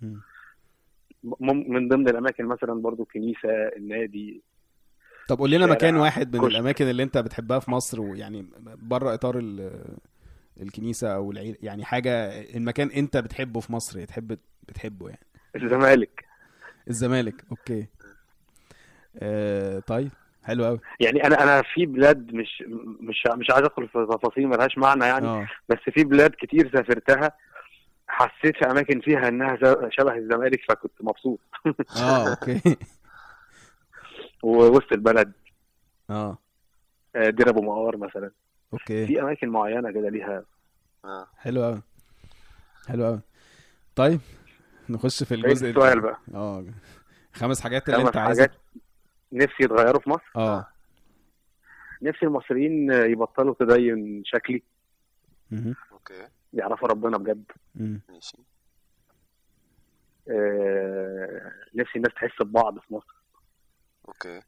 من ضمن الاماكن مثلا برضو كنيسه، النادي. طب قول لنا مكان واحد من الاماكن اللي انت بتحبها في مصر، ويعني بره اطار الكنيسه او العيله، يعني حاجه المكان انت بتحبه في مصر، بتحبه يعني. الزمالك. اوكي. طيب حلو قوي. يعني انا في بلاد مش عايز ادخل في تفاصيل ملهاش معنى يعني. بس في بلاد كتير سافرتها حسيت في اماكن فيها انها شبه الزمالك، فكنت مبسوط. اوكي. ووسط البلد دير ابو مقار مثلا. اوكي. في اماكن معينه كده ليها. حلو قوي. طيب نخش في الجزء السؤال بقى. 5 حاجات اللي انت عايز نفسي يتغيروا في مصر. نفسي المصريين يبطلوا تدين شكلي. اوكي. يعرفوا ربنا بجد. ماشي. نفسي الناس تحس ببعض في مصر. اوكي.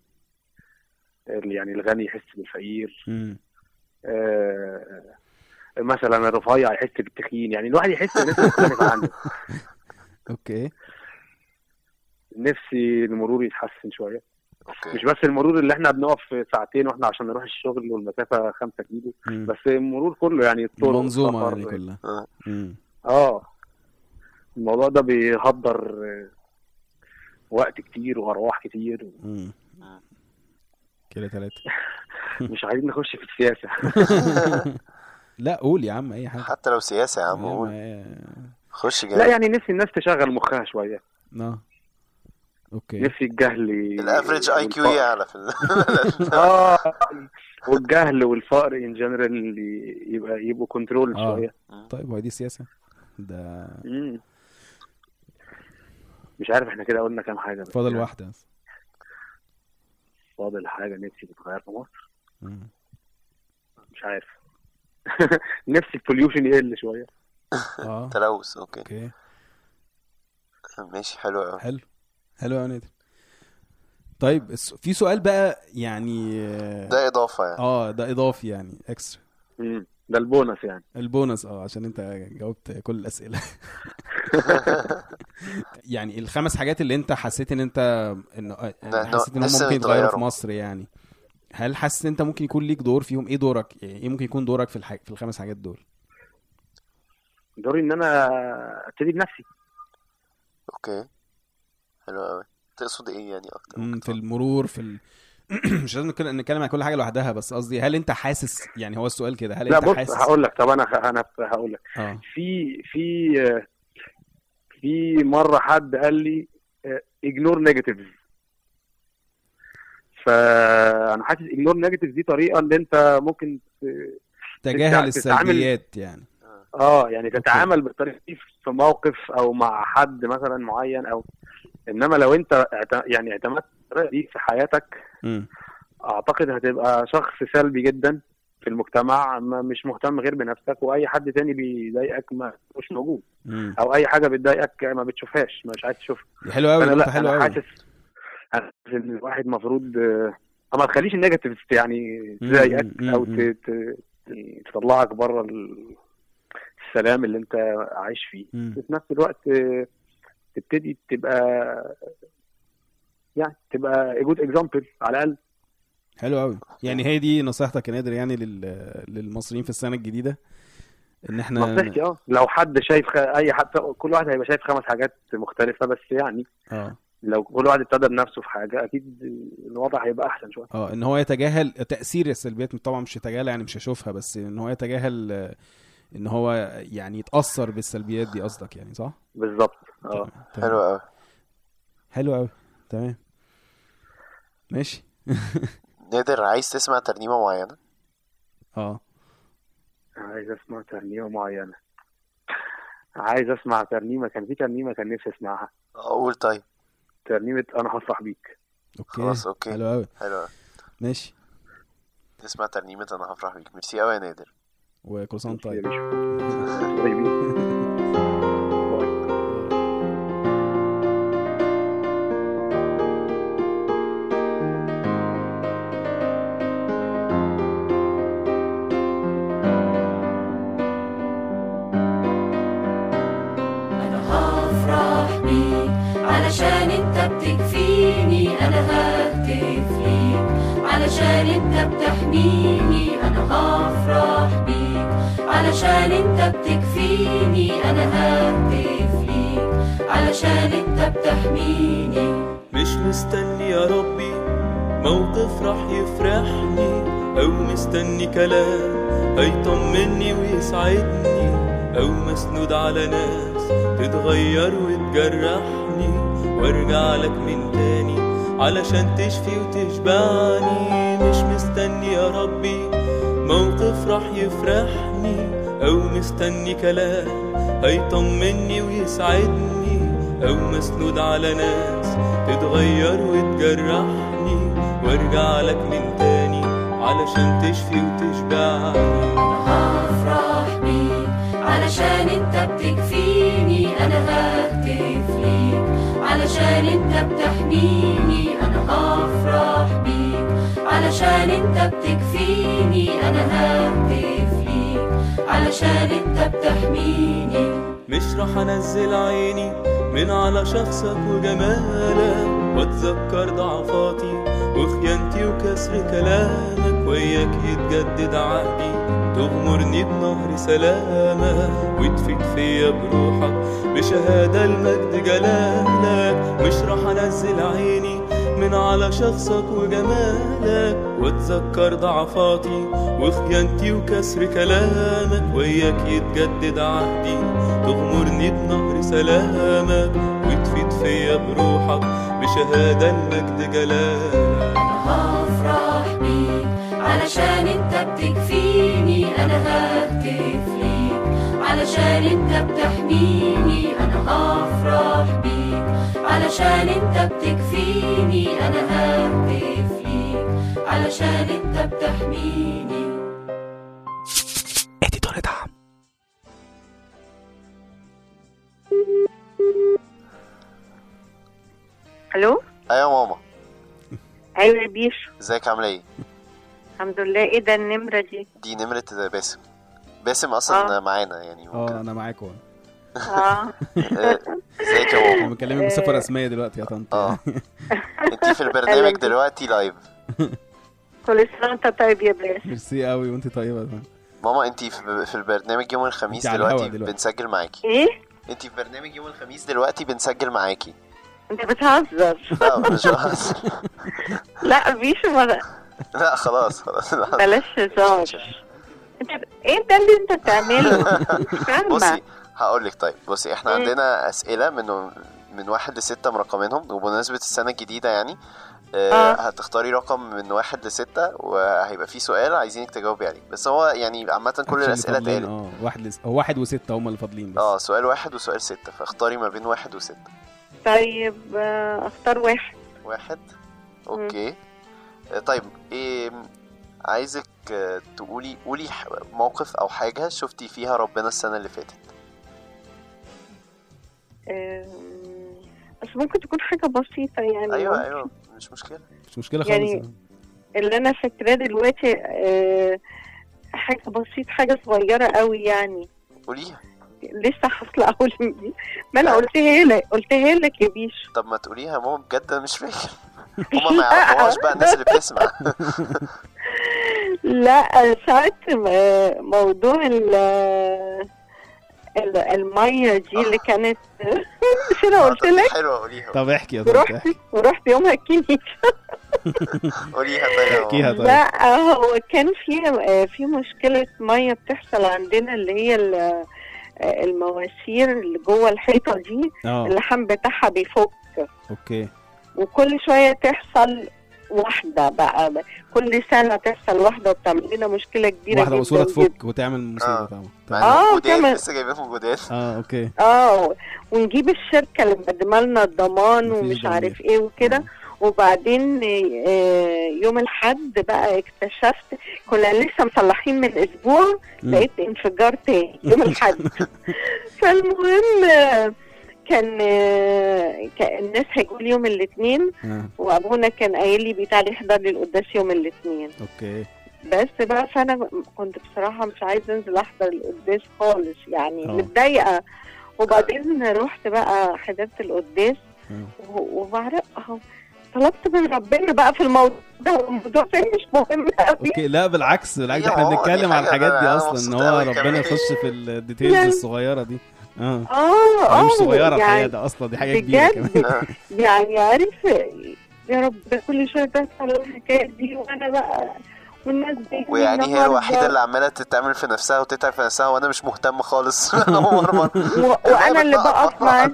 يعني الغني يحس بالفقير. مثلا الرفيع يحس بالتخين، يعني الواحد يحس ان الناس مختلفه عنه. اوكي. نفسي المرور يتحسن شويه. اوكي. مش بس المرور اللي احنا بنقف ساعتين واحنا عشان نروح الشغل والمسافه 5 كيلو، بس المرور كله يعني الطرق المنظومه يعني كلها. الموضوع ده بيهدر وقت كتير وارواح كتير. كده 3. مش عايزين نخش في السياسه. لا قول يا عم اي حاجه، حتى لو سياسه يا عم قول. خش جاي. لا يعني نفسي الناس تشغل مخها شويه. اوكي. نفسي الجهل الافريج اي كيو يعلى في والجهل والفقر ان جنرال يبقوا كنترول شويه. طيب هو دي سياسه ده؟ مش عارف احنا كده قلنا كام حاجه. فاضل واحده. فاضل حاجه نفسي تتغير في مصر. مش عارف. نفسي البوليوشن يقل شويه. تلوث. اوكي ماشي. حلو قوي. حلو يا نادر. طيب في سؤال بقى يعني ده اضافه يعني. ده اضافي يعني اكسترا. ده البونص يعني. البونص عشان انت جاوبت كل الاسئله. يعني ال5 حاجات اللي انت حسيت ان انت حسيت ان هم ممكن يتغيروا في مصر يعني، هل حاسس ان انت ممكن يكون ليك دور فيهم؟ ايه دورك؟ ايه ممكن يكون دورك في ال5 حاجات دول؟ دوري ان انا ابتدي بنفسي. اوكي حلو قوي. تقصد ايه يعني اكتر؟ في المرور مش لازم نتكلم عن كل حاجه لوحدها، بس قصدي هل انت حاسس يعني، هو السؤال كده، هل انت حاسس؟ هقول لك. طب انا هقول لك. في مره حد قال لي ignore negatives، فانا حاسس ignore negatives دي طريقه ان انت ممكن تجاهل السلبيات يعني. يعني تتعامل بالطريقه دي في موقف او مع حد مثلا معين، او انما لو انت يعني اعتمدت الطريقه دي في حياتك اعتقد هتبقى شخص سلبي جدا في المجتمع، مش مهتم غير بنفسك، واي حد تاني بيضايقك مش موجود، او اي حاجه بتضايقك ما بتشوفهاش، مش عايز تشوفها. حلو قوي. انا حاسس ان الواحد المفروض ما تخليش النيجاتيف يعني تضايقك او تطلعك بره السلام اللي انت عايش فيه. في نفس الوقت تبتدي تبقى جود اكزامبل على الاقل. حلو قوي. يعني هي دي نصيحتك يا نادر يعني للمصريين في السنه الجديده، ان احنا نصيحتي لو حد شايف اي حد، كل واحد هيبقى شايف 5 حاجات مختلفه، بس يعني لو كل واحد ابتدى بنفسه في حاجه اكيد الوضع هيبقى احسن شويه. ان هو يتجاهل تاثير السلبيات، طبعا مش يتجاهل يعني مش هشوفها، بس ان هو يتجاهل ان هو يعني يتاثر بالسلبيات دي، قصدك يعني صح؟ بالظبط. حلو قوي. حلو قوي. تمام ماشي. نادر، عايز تسمع ترنيمه معينه؟ عايز اسمع ترنيمه معينه. عايز اسمع ترنيمه، كان في ترنيمه كان نفسي اسمعها. اقول طيب ترنيمه انا هفرح بيك. خلاص اوكي. حلو قوي. حلو ماشي. نسمع ترنيمه انا هفرح بيك. ميرسي قوي يا نادر، وكل سنه طيب. علشان انت بتكفيني، انا ههتف ليك، علشان انت بتحميني انا هفرح بيك، علشان انت بتكفيني انا ههتف ليك، علشان انت بتحميني. مش مستني يا ربي موقف راح يفرحني، او مستني كلام هيطمني ويسعدني، او مسنود على ناس تتغير وتجرحني وارجع لك من تاني علشان تشفي وتشبعني. مش مستني يا ربي موقف راح يفرحني، او مستني كلام هيطمني ويسعدني، او مسنود على ناس تتغير وتجرحني وارجع لك من تاني علشان تشفي وتشبعني. هفرح بيك علشان انت بتكفيني، انا ههتف ليك، علشان انت بتحميني انا هفرح بيك، علشان انت بتكفيني انا ههتف ليك، علشان انت بتحميني. مش راح انزل عيني من على شخصك وجمالك، واتذكر ضعفاتي وخيانتي وكسر كلامك، وياك يتجدد عهدي تغمرني بنهر سلامك، وتفيد فيا بروحك بشهادة المجد جلالك. مش راح انزل عيني من على شخصك وجمالك، واتذكر ضعفاتي وخيانتي وكسر كلامك، وياك يتجدد عهدي تغمرني بنهر سلامك، وتفيد فيا بروحك بشهادة المجد جلالك. هفرح بيك علشان انت بتكفيني، انا ههتف ليك، علشان انت بتحميني انا هفرح بيك، علشان انت بتكفيني انا ههتف ليك، علشان انت بتحميني. اديتور دعم. الو. ايوه ماما. ايوه يا بيشو. ازيك عامله ايه؟ الحمد لله. ايه ده النمره دي؟ دي نمره باسم اصلا معانا يعني. انا معاكم. ازيك يا ماما؟ انا بكلمك بصفه رسميه دلوقتي يا طنط. انتي في البرنامج دلوقتي لايف. كل سنه وانت طيب يا باسم. ميرسي قوي وانت طيبه. ماما انتي في البرنامج يوم الخميس دلوقتي بنسجل معاكي. ايه؟ انتي في برنامج يوم الخميس دلوقتي بنسجل معاكي. انت بتهزر؟ لا مش بهزر. لا بيشو لا خلاص بلاش هزار. انت ايه ده اللي انت بتعمله؟ بصي هقولك. طيب بصي احنا عندنا اسئله من 1 ل6 مرقمينهم، وبمناسبه السنه الجديده يعني هتختاري رقم من 1 ل6 وهيبقى في سؤال عايزينك تجاوبي عليه. بس هو يعني عامه كل الاسئله اتقالت. هو 1 و6 هم اللي فاضلين بس. سؤال 1 وسؤال 6، فاختاري ما بين 1 و6. طيب اختار 1. اوكي. طيب ايه عايزك قولي موقف او حاجه شفتي فيها ربنا السنه اللي فاتت. بس ممكن تكون حاجه بسيطه يعني. ايوه مش مشكله خالص يعني. اللي انا فاكراه دلوقتي حاجه بسيطه، حاجه صغيره قوي يعني. قوليها. لسه حاصله اقول ما انا قلتها لك يا بيشو. طب ما تقوليها ماما بجد، انا مش فاكر. هما ما يعرفوهاش بقى الناس اللي بتسمع. لا ساعات موضوع المية دي اللي كانت مش انا قلت لك. حلوه قوليها. طب احكي يا طنط. ورحت يومها الكنيسة. قوليها طيب. احكيها طيب. لا هو كان في مشكلة مية بتحصل عندنا، اللي هي المواسير اللي جوه الحيطة دي اللحام بتاعها بيفك. اوكي. وكل شوية تحصل واحدة بقى، كل سنة تحصل واحدة وبتعمل لنا مشكلة كبيرة واحدة جدا. وصورة تفك وتعمل مصيبة طبعا. جداد لسه جايبينهم جداد. اوكي. ونجيب الشركة اللي مقدمه لنا الضمان ومش عارف ايه وكده. وبعدين يوم الحد بقى اكتشفت، كنا لسه مصلحين من اسبوع، لقيت انفجار تاني يوم الحد. فالمهم كان الناس هيقول يوم الاثنين، وابونا كان قايل لي بيتعالي احضر لي القداس يوم الاثنين. اوكي. بس بقى فانا كنت بصراحه مش عايزه انزل احضر القداس خالص يعني، متضايقه. وبعدين رحت بقى حضرت القداس وبعرف طلبت من ربنا بقى في الموضوع ده، والموضوع مش مهم قوي. اوكي. لا بالعكس احنا بنتكلم على الحاجات دي اصلا، ان هو ربنا يخش في الديتيلز الصغيره دي. مش صغيره يعني الحقيقه، ده اصلا دي حاجه كبيره كمان. يعني عارف يا رب كل شويه تحصل الحكايه دي، وانا بقى والناس دي ويعني هي الوحيده اللي عماله تتعمل في نفسها وتتعب في نفسها، وانا مش مهتم خالص. وانا اللي بقف معاك.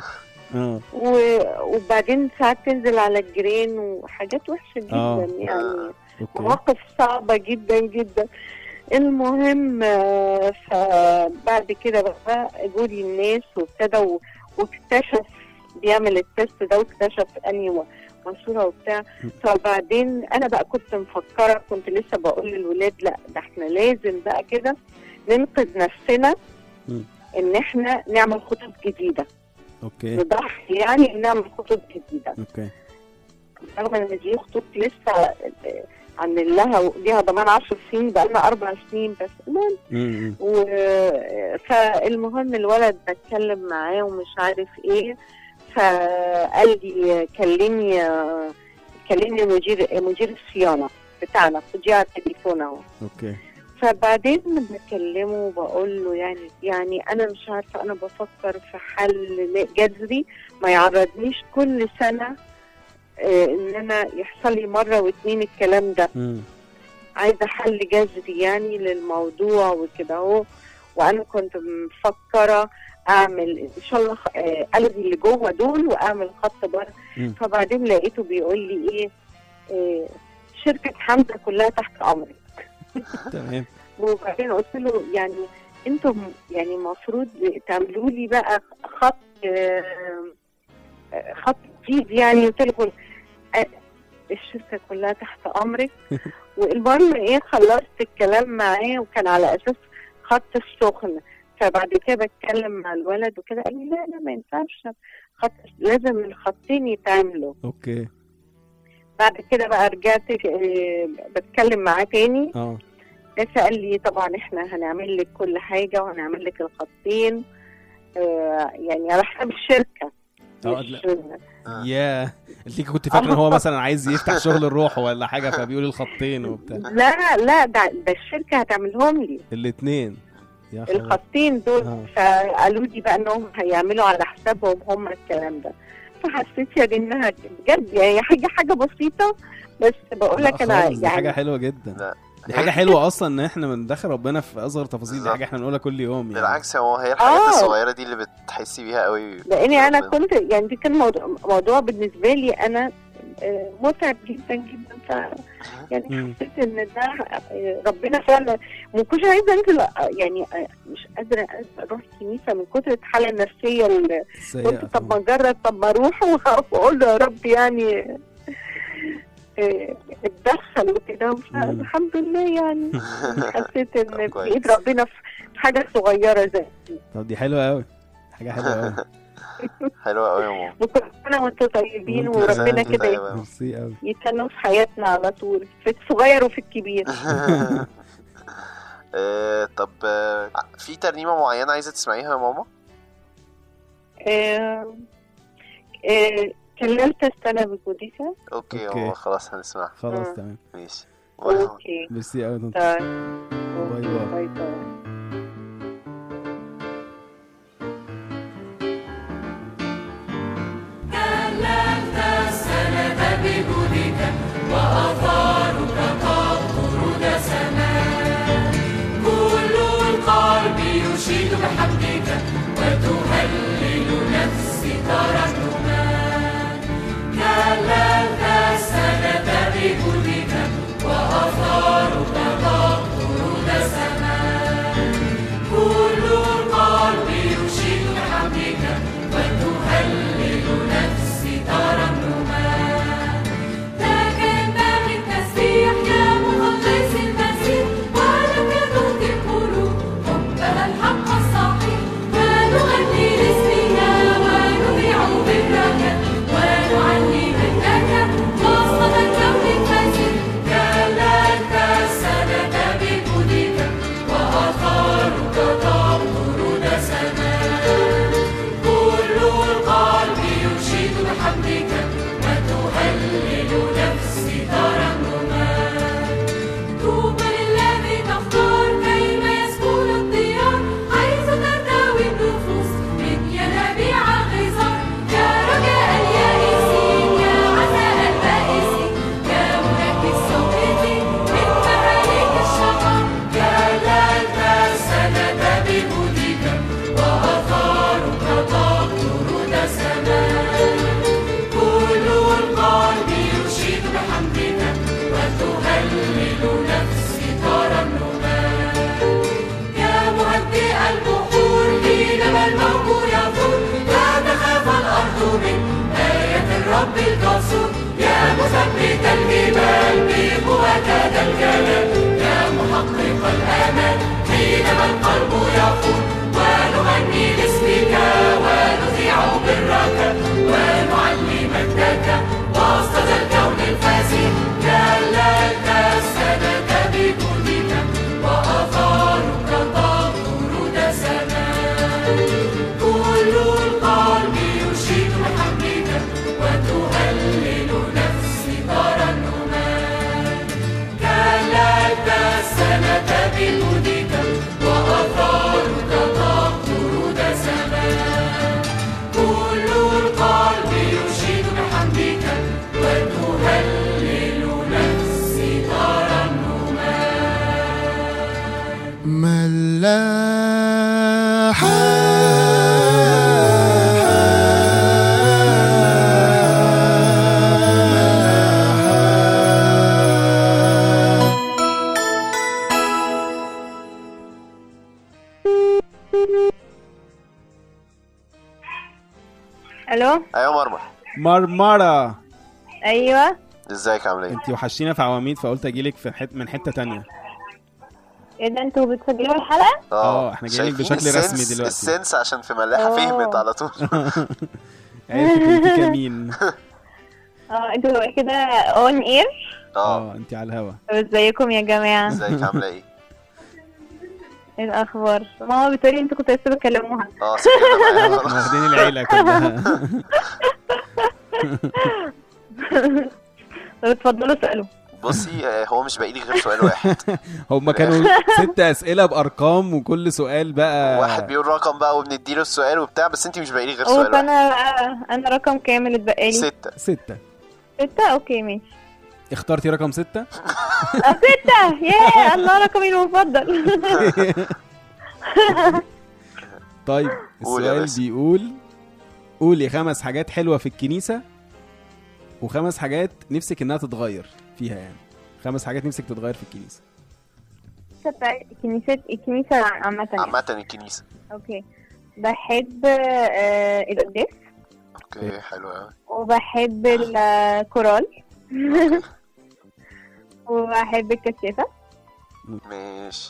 وبعدين ساعات تنزل على الجيران وحاجات وحشه جدا يعني. مواقف صعبه جدا جدا. المهم فبعد كده بقى جولي الناس وابتدى واكتشف بيعمل التست ده، واكتشف اني ماسوره وبتاع. فبعدين انا بقى كنت مفكره، كنت لسه بقول للولاد لا ده احنا لازم بقى كده ننقذ نفسنا، ان احنا نعمل خطوط جديده. اوكي. نضحي يعني نعمل خطوط جديده. اوكي. رغم ان دي خطوط لسه عامل ليها ضمان 10 سنين، بقى لنا 4 سنين بس. فالمهم الولد بتكلم معاه ومش عارف ايه، فقال لي كلمني مدير الصيانه بتاعنا، خديه على التليفون اهو. اوكي. فبعدين بكلمه وبقول له يعني انا مش عارفه، انا بفكر في حل جذري ما يعرضنيش كل سنه ان انا يحصل لي مره واتنين الكلام ده. عايزه حل جذري يعني للموضوع وكده اهو. وانا كنت مفكره اعمل ان شاء الله الغي اللي جوه دول واعمل خط بره. فبعدين لقيته بيقول لي ايه شركه حمزه كلها تحت امرك. تمام. وبعدين قلت له يعني انتم يعني المفروض تعملوا لي بقى خط جديد يعني. قلت له الشركة كلها تحت أمرك. والمهم إيه، خلصت الكلام معاه وكان على أساس خط السخن. فبعد كده بتكلم مع الولد وكده قال لي لا ما ينفعش لازم الخطين يتعملوا. اوكي. بعد كده بقى رجعت بتكلم معاه تاني. فقال لي طبعا احنا هنعمل لك كل حاجة وهنعمل لك الخطين يعني على حساب الشركة. يا انت كنت فاكره ان هو مثلا عايز يفتح شغل الروح ولا حاجه فبيقول الخطين وبتاع؟ لا ده الشركة هتعملهم لي الاثنين الخطين دول. فقالوا لي بقى انهم هيعملوا على حسابهم هم الكلام ده. فحسيت يعني انها بجد يعني حاجه بسيطه، بس بقول لك انا يعني حاجه حلوه جدا. دي حاجه حلوه اصلا ان احنا بندخل ربنا في اصغر تفاصيل. دي حاجه احنا بنقولها كل يوم يعني. بالعكس هي الحاجات الصغيره دي اللي بتحسي بيها قوي. لاني انا كنت يعني دي كان موضوع بالنسبه لي انا متعب جدا جدا. يعني حسيت ان ده ربنا فعلا. ما كنتش عايزه انزل يعني مش قادره اروح الكنيسه من كتر الحاله النفسيه قلت طب ما اجرب، طب ما اروح واقول له يا رب يعني اتدخل وكده. الحمد لله يعني حسيت ان بايد ربنا في حاجه صغيره زي دي. طب دي حلوه قوي، حاجه حلوه قوي. حلوه قوي يا ماما. وكل سنه وانتم طيبين وربنا كده يتنوا في حياتنا على طول، في الصغير وفي الكبير. طب في ترنيمه معينه عايزه تسمعيها يا ماما؟ كلمت السنه بجوديكا. اوكي خلاص هنسمعها. خلاص تمام ماشي. اوكي ميرسي قوي. باي باي. وأثارك تطرد سماء. كل القلب يشيد بحمدك وتهلل نفسي ترنما. كللت السنة بجودك وأثارك تطرد سماء. كل القلب يشيد بحمدك وتهلل نفسي ترنما. رب القصور يا مثبت الجبال بقوة ذا الجلال. يا محقق الآمال حينما القلب يفور. ونغني لاسمك ونذيع برك ونعلي مجدك وسط ذا الكون الفاسد. كللت السنة بجودك وأثارك تطرد سماء. كل القلب يشيد بحمدك وتهلل نفسي ترنما. كللت السنة بجودك وأثارك تطرد سماء. كل القلب يشيد بحمدك وتهلل نفسي ترنما. ملاحة الو. ايوه مرمر. مرمرة. ايوه ازيك عامله ايه؟ انت وحشتينا في عواميد، فقلت اجيلك من حته تانية. ايه ده انتوا بتسجلوا الحلقه؟ احنا جايين بشكل رسمي دلوقتي. السنس عشان في ملاحه فهمت على طول. عرفت انت كمين. انتوا كده اون اير. انت على الهوا. ازيكم يا جماعه؟ ازيك عامله ايه؟ ايه الاخبار؟ ماما بتقولي انتوا كنتوا لسه بتكلموها. سجلنا معاها واخدين العيله كلها. طب اتفضلوا اسالوا. بصي هو مش باقي لي غير سؤال واحد. هما كانوا 6 اسئله بارقام، وكل سؤال بقى واحد بيقول رقم بقى وبنديله السؤال وبتاع، بس انت مش باقي لي غير سؤال واحد. انا رقم كامل اتبقى لي 6. اوكي ماشي. اخترتي رقم 6؟ 6 يا الله، رقمي المفضل. طيب السؤال بيقول قولي 5 حاجات حلوه في الكنيسه و5 حاجات نفسك انها تتغير فيها، يعني 5 حاجات نفسك تتغير في الكنيسه. الكنيسه عامه الكنيسه. اوكي، بحب القداس. اوكي حلو قوي. وبحب الكورال. وبحب الكشافه. ماشي.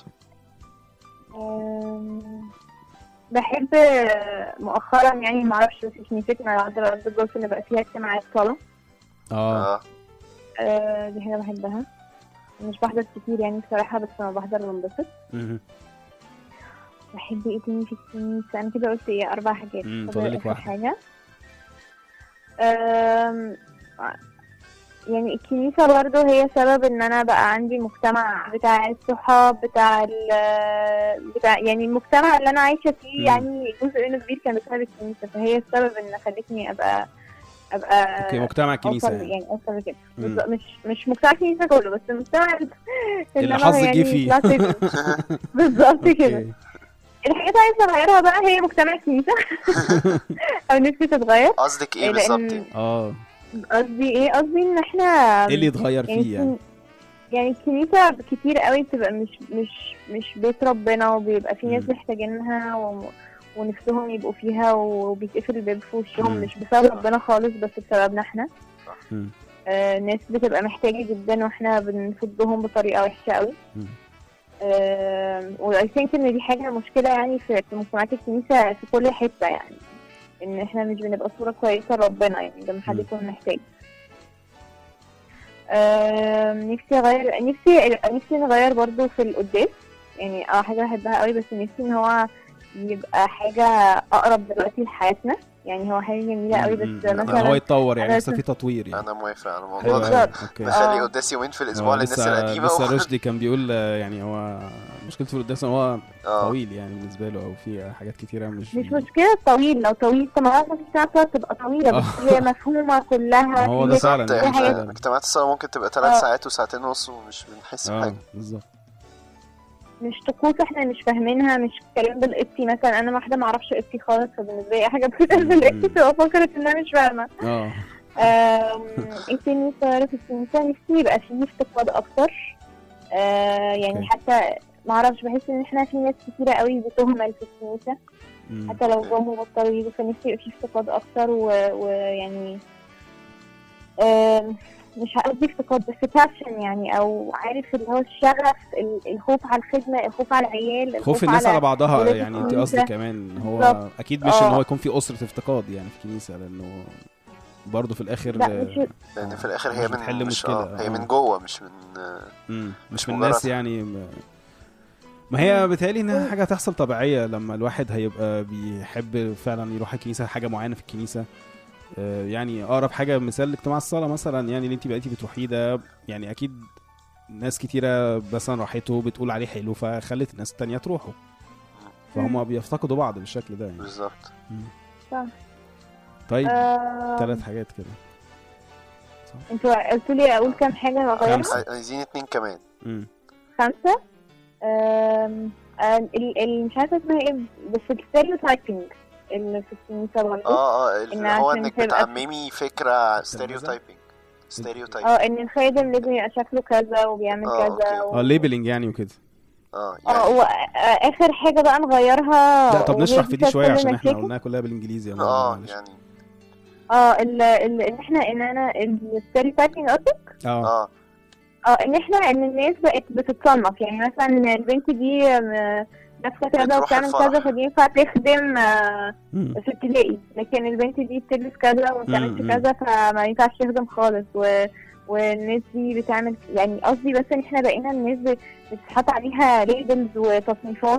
بحب مؤخرا يعني معرفش في كنيستنا عند الأرض الجوف اللي بقى فيها اجتماعات صلاة. دي حاجة بحبها، مش بحضر كتير يعني بصراحة، بس لما بحضر بنبسط. بحب ايه تاني في الكنيسة؟ انا كده قلت ايه 4 حاجات. فاضلك واحدة. حاجة يعني الكنيسة برضو هي سبب ان انا بقى عندي مجتمع بتاع الصحاب بتاع يعني المجتمع اللي انا عايشة فيه. يعني جزء منه كبير كان بسبب الكنيسة، فهي السبب ان خلتني ابقى اوكي مجتمع الكنيسة يعني اوصل كده. مش مجتمع الكنيسة كله، بس المجتمع اللي حظك جه فيه. بالظبط كده. الحاجات عايزة اغيرها بقى هي مجتمع الكنيسة. او نفسي تتغير. قصدك ايه بالظبط؟ قصدي ان احنا ايه اللي يتغير فيه يعني الكنيسة كتير قوي بتبقى مش بيت ربنا، وبيبقى في ناس محتاجينها ونفسهم يبقوا فيها، وبيتقفل الباب في وشهم مش بسبب ربنا خالص، بس بسببنا احنا. ناس بتبقى محتاجة جدا واحنا بنفضهم بطريقة وحشة قوي. واي ثينك ان دي حاجة مشكلة يعني في مجتمعات الكنيسة في كل حتة، يعني ان احنا مش بنبقى صورة كويسة لربنا يعني لما حد يكون محتاج. نفسي نغير برضو في القداس، يعني حاجة بحبها قوي، بس نفسي ان هو يبقى حاجة اقرب دلوقتي لحياتنا. يعني هو حاجة جميلة قوي، بس مثلا هو يتطور يعني، لسه في تطوير يعني. انا موافق على الموضوع ده. نخلي قداس يومين في الاسبوع للناس القديمة. لسه رشدي كان بيقول يعني هو مشكلة في القداس ان هو طويل يعني بالنسبة له، او في حاجات كتيرة مش مشكلة طويل. لو طويل طبعا الساعة تبقى طويلة، بس هي مفهومة كلها. هو ده فعلا. اجتماعات الصلاة ممكن تبقى 3 ساعات وساعتين ونص ومش بنحس بحاجة. بالظبط. مش طقوس احنا مش فاهمينها، مش كلام بالقبطي مثلا. انا واحده ما اعرفش قبطي خالص، فبالنسبه لي حاجه بتتقال بالقبطي تبقى فكرت ان انا مش فاهمه. ايه تاني صار في الكنيسه؟ نفسي يبقى فيه افتقاد اكتر. يعني حتى ما اعرفش، بحس ان احنا في ناس كتيره قوي بتهمل في الكنيسه، حتى لو جم بطلوا يجوا، فنفسي يبقى فيه افتقاد اكتر. ويعني مش قصدي افتقاد بس باشن يعني، او عارف اللي هو الشغف، الخوف على الخدمه، الخوف على العيال، خوف الناس على بعضها يعني. انت قصدك كمان هو بالضبط. اكيد مش ان هو يكون في اسره افتقاد يعني في الكنيسه، لانه برضه في الاخر لان في الاخر هي من مشكله هي من جوه، مش من الناس يعني. ما هي بتهيألي انها حاجه هتحصل طبيعيه لما الواحد هيبقى بيحب فعلا يروح الكنيسه، حاجه معينه في الكنيسه. يعني اقرب حاجه مثال اجتماع الصلاه مثلا، يعني اللي انت بقيتي بتروحيه ده، يعني اكيد ناس كتيره مثلا راحته بتقول عليه حلو، فخلت الناس التانية تروحوا، فهم بيفتقدوا بعض بالشكل ده يعني. بالظبط. طيب 3 حاجات كده. انتوا قلتوا لي اقول كام حاجه غيرها؟ عايزين 2 كمان. 5. مش عارفه اسمها ايه، بس الستيريوتايبنج اللي في الكنيسة برضه. هو انك بتعممي فكرة ستيريوتايبنج. ان الخادم لازم يبقى شكله كذا وبيعمل كذا ليبلينج يعني وكده. يعني واخر حاجة بقى نغيرها. لا طب نشرح في دي شوية عشان احنا قلناها كلها بالانجليزي. يعني ان احنا ان انا الستيريوتايبنج قصدك ان احنا ان الناس بقت بتتصنف، يعني مثلا البنت دي نفسها كذا وبتعمل كذا فدي ينفع تخدم في ابتدائي، لكن البنت دي بتلبس كذا وما بتعملش كذا فما ينفعش تخدم خالص. والناس دي بتعمل يعني قصدي بس ان احنا بقينا الناس بتتحط عليها ليبلز وتصنيفات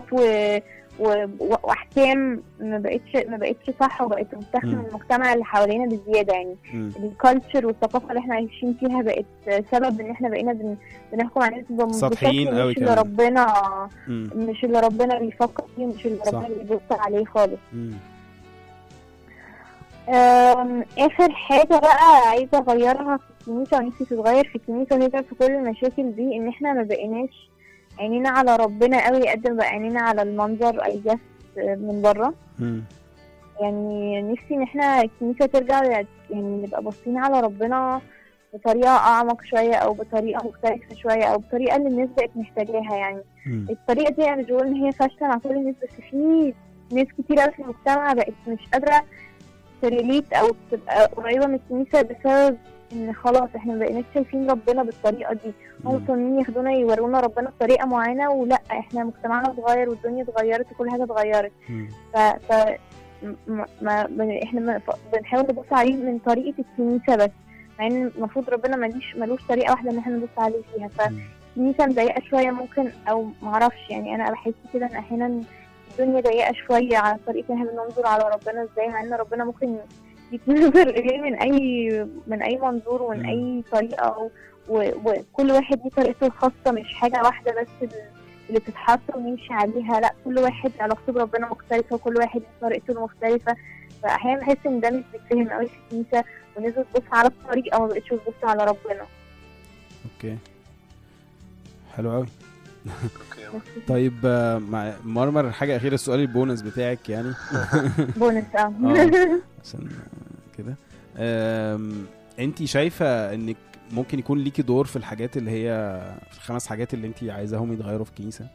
واحكام ما بقتش صح، وبقت مستخدم المجتمع اللي حوالينا بزياده. يعني الكالتشر والثقافه اللي احنا عايشين فيها بقت سبب ان احنا بقينا بنحكم على الناس سطحيين قوي مش اللي ربنا مش اللي ربنا بيفكر فيه، مش اللي ربنا بيبص عليه خالص. اخر حاجه بقى عايزه اغيرها في الكنيسه ونفسي تتغير في الكنيسه وهي في كل المشاكل دي، ان احنا ما بقيناش عينينا على ربنا قوي قد ما بقى عينينا على المنظر ايجاس من بره. يعني نفسي ان احنا الكنيسه ترجع يعني نبقى باصين على ربنا بطريقه اعمق شويه او بطريقه مختلفه شويه او بطريقه اللي الناس بقت محتاجاها. يعني الطريقه دي انا مش بقول ان هي فاشله مع كل الناس، بس في ناس كتير قوي في المجتمع بقت مش قادره تريليت او تبقى قريبه من الكنيسه بسبب ان خلاص احنا ما بقيناش شايفين ربنا بالطريقه دي. هم مصممين ياخدونا يورونا ربنا بطريقه معينه، ولا احنا مجتمعنا اتغير والدنيا اتغيرت وكل حاجه اتغيرت. احنا بنحاول نبص عليه من طريقه الكنيسه بس، مع ان المفروض ربنا ملوش طريقه واحده ان احنا نبص عليه فيها. فالكنيسه مضايقه شويه ممكن، او معرفش، يعني انا بحس كده ان احيانا الدنيا ضيقه شويه على طريقه ان احنا بننظر على ربنا ازاي، مع ان ربنا ممكن يتنظر اليه من اي منظور ومن اي طريقه، وكل واحد ليه طريقته الخاصه، مش حاجه واحده بس اللي بتتحط ونمشي عليها. لا، كل واحد علاقته بربنا مختلفه وكل واحد ليه طريقته المختلفه. فاحيانا بحس ان ده مش بيتفهم قوي في الكنيسه، والناس بتبص على الطريقه ما بقتش بتبص على ربنا. اوكي، حلو قوي. طيب مع مرمر حاجه اخيره، السؤال البونس بتاعك يعني. بونس عشان كده انتي شايفه انك ممكن يكون ليكي دور في الحاجات اللي هي في الخمس حاجات اللي انتي عايزاهم يتغيروا في الكنيسه؟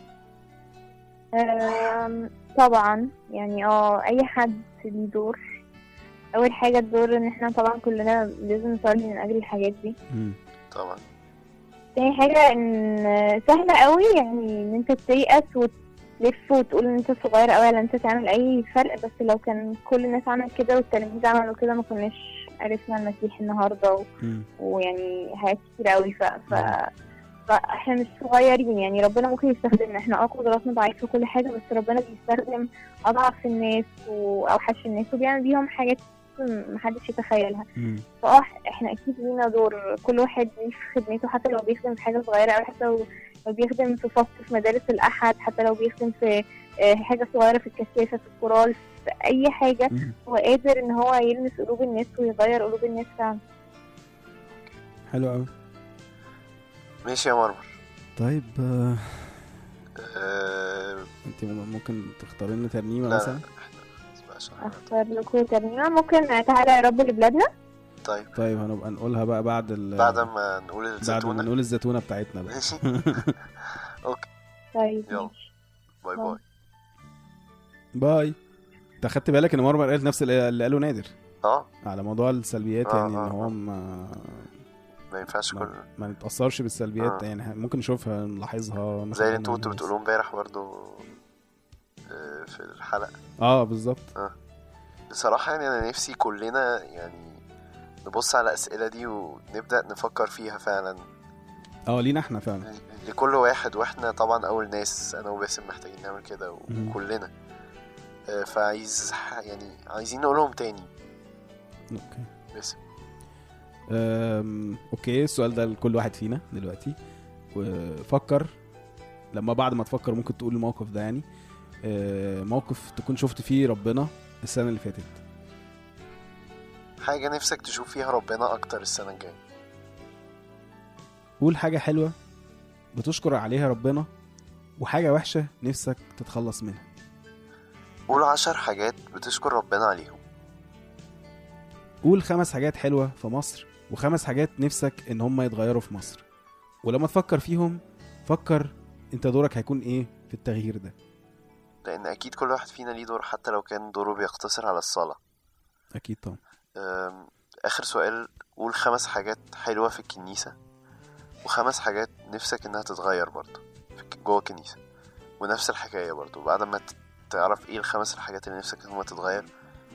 طبعا يعني اي حد ليه دور. اول حاجه الدور ان احنا طبعا كلنا لازم نصلي من اجل الحاجات دي طبعا. تاني حاجه ان سهله قوي يعني ان انت تيأس وتلف وتقول ان انت صغير قوي على انت تعمل اي فرق، بس لو كان كل الناس عمل كده والتلاميذ عملوا كده ما كناش عرفنا المسيح النهارده ويعني حاجات كتير قوي. فاحنا مش صغيرين، يعني ربنا ممكن يستخدمنا. احنا قدراتنا ضعيفه وكل حاجه، بس ربنا بيستخدم اضعف الناس واوحش الناس وبيعمل بيهم حاجات محدش يتخيلها. احنا اكيد لينا دور، كل واحد ليه في خدمته، حتى لو بيخدم في حاجه صغيره او حتى لو بيخدم في فصل في مدارس الاحد، حتى لو بيخدم في حاجه صغيره في الكشافه في الكورال، في اي حاجه هو قادر ان هو يلمس قلوب الناس ويغير قلوب الناس فعلا. حلو قوي. ماشي يا مرمر. طيب انت ممكن تختار لنا ترنيمه مثلا؟ اختار لكم ترنيمه ممكن تعالى يا رب لبلادنا. طيب هنبقى نقولها بقى بعد ما نقول الزيتونه. بعد ما نقول الزيتونه بتاعتنا بقى. ماشي. اوكي طيب يلا باي باي باي. انت خدت بالك ان مرمر قالت نفس اللي قاله نادر على موضوع السلبيات، يعني ان هو ما ينفعش ما نتأثرش بالسلبيات. يعني ممكن نشوفها نلاحظها زي اللي انتوا بتقولوا امبارح برضو في الحلقة. بالظبط. بصراحة يعني انا نفسي كلنا يعني نبص على الأسئلة دي ونبدأ نفكر فيها فعلا. لينا احنا فعلا، لكل واحد، واحنا طبعا اول ناس انا وباسم محتاجين نعمل كده وكلنا. عايزين نقولهم تاني. اوكي باسم. اوكي، السؤال ده لكل واحد فينا دلوقتي، وفكر لما بعد ما تفكر ممكن تقول الموقف ده، يعني موقف تكون شفت فيه ربنا السنة اللي فاتت، حاجة نفسك تشوف فيها ربنا اكتر السنة الجاية. قول حاجة حلوة بتشكر عليها ربنا وحاجة وحشة نفسك تتخلص منها. قول 10 حاجات بتشكر ربنا عليهم. قول 5 حاجات حلوة في مصر و5 حاجات نفسك ان هم يتغيروا في مصر، ولما تفكر فيهم فكر انت دورك هيكون ايه في التغيير ده، لان اكيد كل واحد فينا ليه دور، حتى لو كان دوره بيقتصر على الصلاة. اكيد طبعا. اخر سؤال، قول 5 حاجات حلوة في الكنيسة و5 حاجات نفسك انها تتغير برضو جوه الكنيسة. ونفس الحكاية برضو بعد ما تعرف ايه ال5 الحاجات اللي نفسك انها تتغير،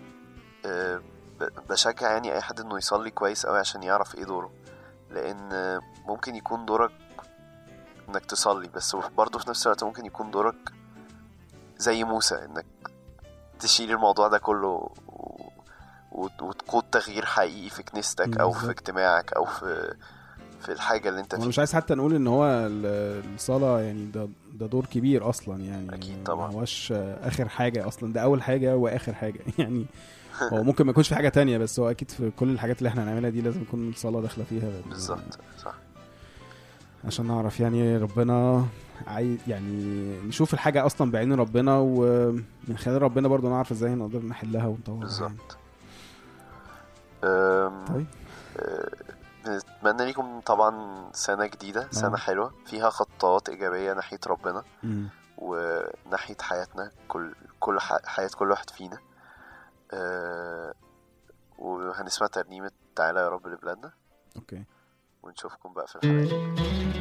بشجع يعني اي حد انه يصلي كويس قوي عشان يعرف ايه دوره، لان ممكن يكون دورك انك تصلي بس، برضو في نفس الوقت ممكن يكون دورك زي موسى انك تشيل الموضوع ده كله وتقود تغيير حقيقي في كنيستك او في اجتماعك او في الحاجة اللي انت فيها. مش عايز حتى نقول ان هو الصلاة يعني ده دور كبير اصلا يعني، اكيد طبعا ما هوش اخر حاجة اصلا، ده اول حاجة واخر حاجة يعني. هو ممكن ما يكونش في حاجة تانية، بس هو اكيد في كل الحاجات اللي احنا هنعملها دي لازم يكون الصلاة داخلة فيها بالظبط. صح، عشان نعرف يعني ربنا يعني نشوف الحاجة اصلا بعين ربنا، ومن خلال ربنا برضو نعرف ازاي نقدر نحلها ونطورها بالظبط. طيب نتمنى لكم طبعا سنة جديدة، سنة حلوة فيها خطوات إيجابية ناحية ربنا وناحية حياتنا، كل حياة كل واحد فينا. وهنسمع ترنيمة تعالى يا رب لبلادنا. اوكي، ونشوفكم بقى في الحلقة.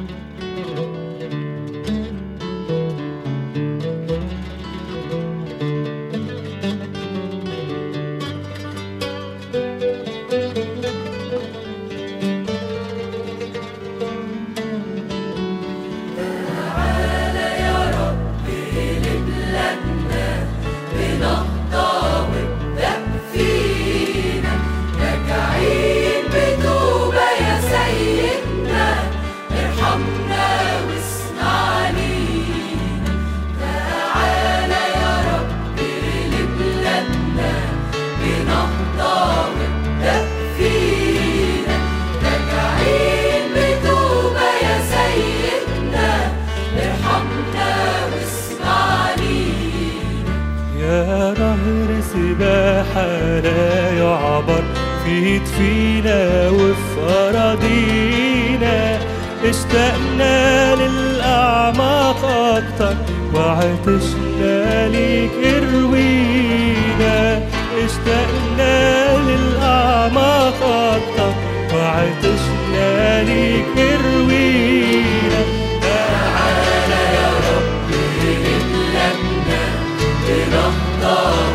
لا يعبر في فينا وفي أراضينا، اشتقنا للأعماق أكتر وعطشنا ليك اروينا، اشتقنا للأعماق أكتر وعطشنا ليك اروينا. تعالى يا رب لبلادنا بنهضة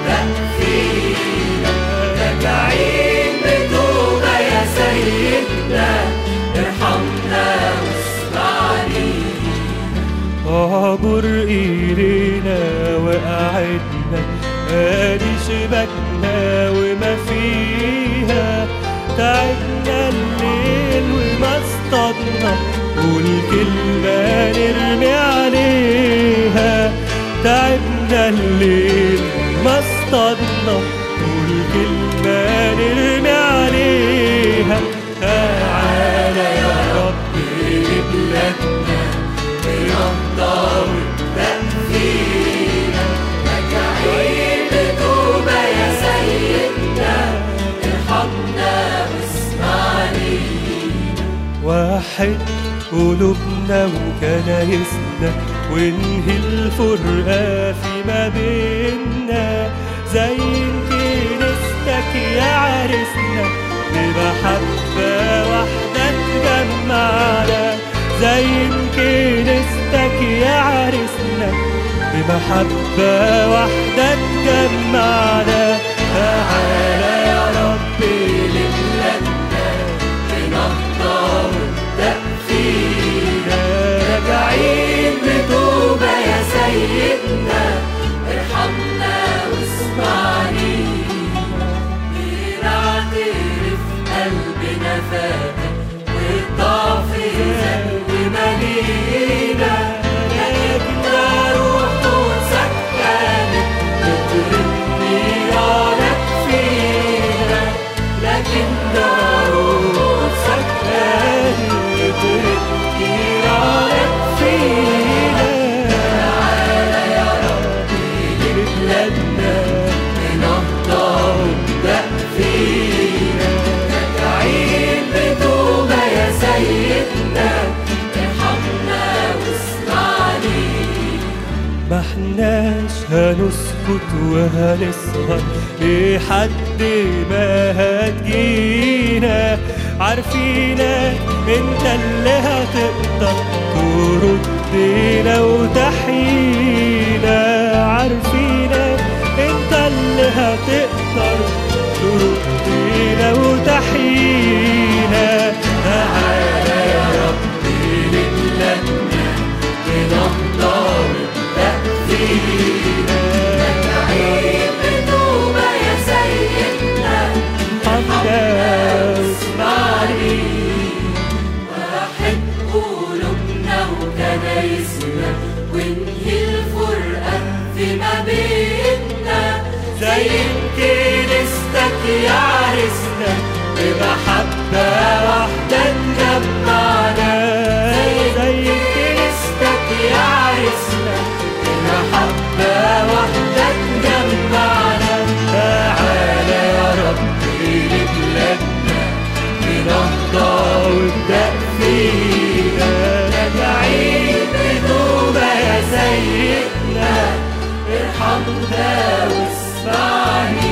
راجعين بتوبة يا سيدنا، ارحمنا واسمعني. اعبر ايدينا وقعدنا، ادي شبكنا وما فيها، تعبنا الليل وما اصطادنا، والكلمة نرمي عليها. تعبنا الليل وما اصطادنا، والكلمة نرمي عليها. تعالى يا رب لبلادنا بنهضة وابدأ فينا، راجعين بتوبة يا سيدنا، ارحمنا واسمعني. وحد قلوبنا وكنايسنا، وانهي الفرقة فيما بيننا، زي كنيستك يا عرسنا، بمحبة واحدة تجمعنا. زي كنيستك يا عرسنا، بمحبة واحدة تجمعنا. تعالى يا رب لبلادنا بنهضة وابدأ فينا، راجعين بتوبة يا سيدنا، ارحمنا واسمعني. بنعترف قلبنا فاتك والضعف ذنب مالينا، لكن ده روحه سكنت بترمي عليك فينا، لكن ده روحه سكنت بترمي عليك فينا. تعالى يا رب لبلادنا بنهضة وابدأ فينا، راجعين بتوبة هنفوت وهنسهر لحد ما هتجينا، عارفينك انت اللي هتقدر تردنا وتحيينا، عارفينك انت اللي هتقدر تردنا وتحيينا. تعالى يا ربي لبلادنا بنهضة وابدأ فينا، نعيد بتوبة يا سيدنا حمدا واسمعني، وحد قلوبنا وكنايسنا وانهي الفرقة فيما بيننا، زي كنيستك يا عرسنا بمحبة واحدة تجمعنا، زي كنيستك يا عرسنا بمحبة واحدة تجمعنا. تعالى يا ربي لبلادنا بنهضة وابدأ فينا، نعيد بتوبة يا سيدنا ارحمنا واسمعنا.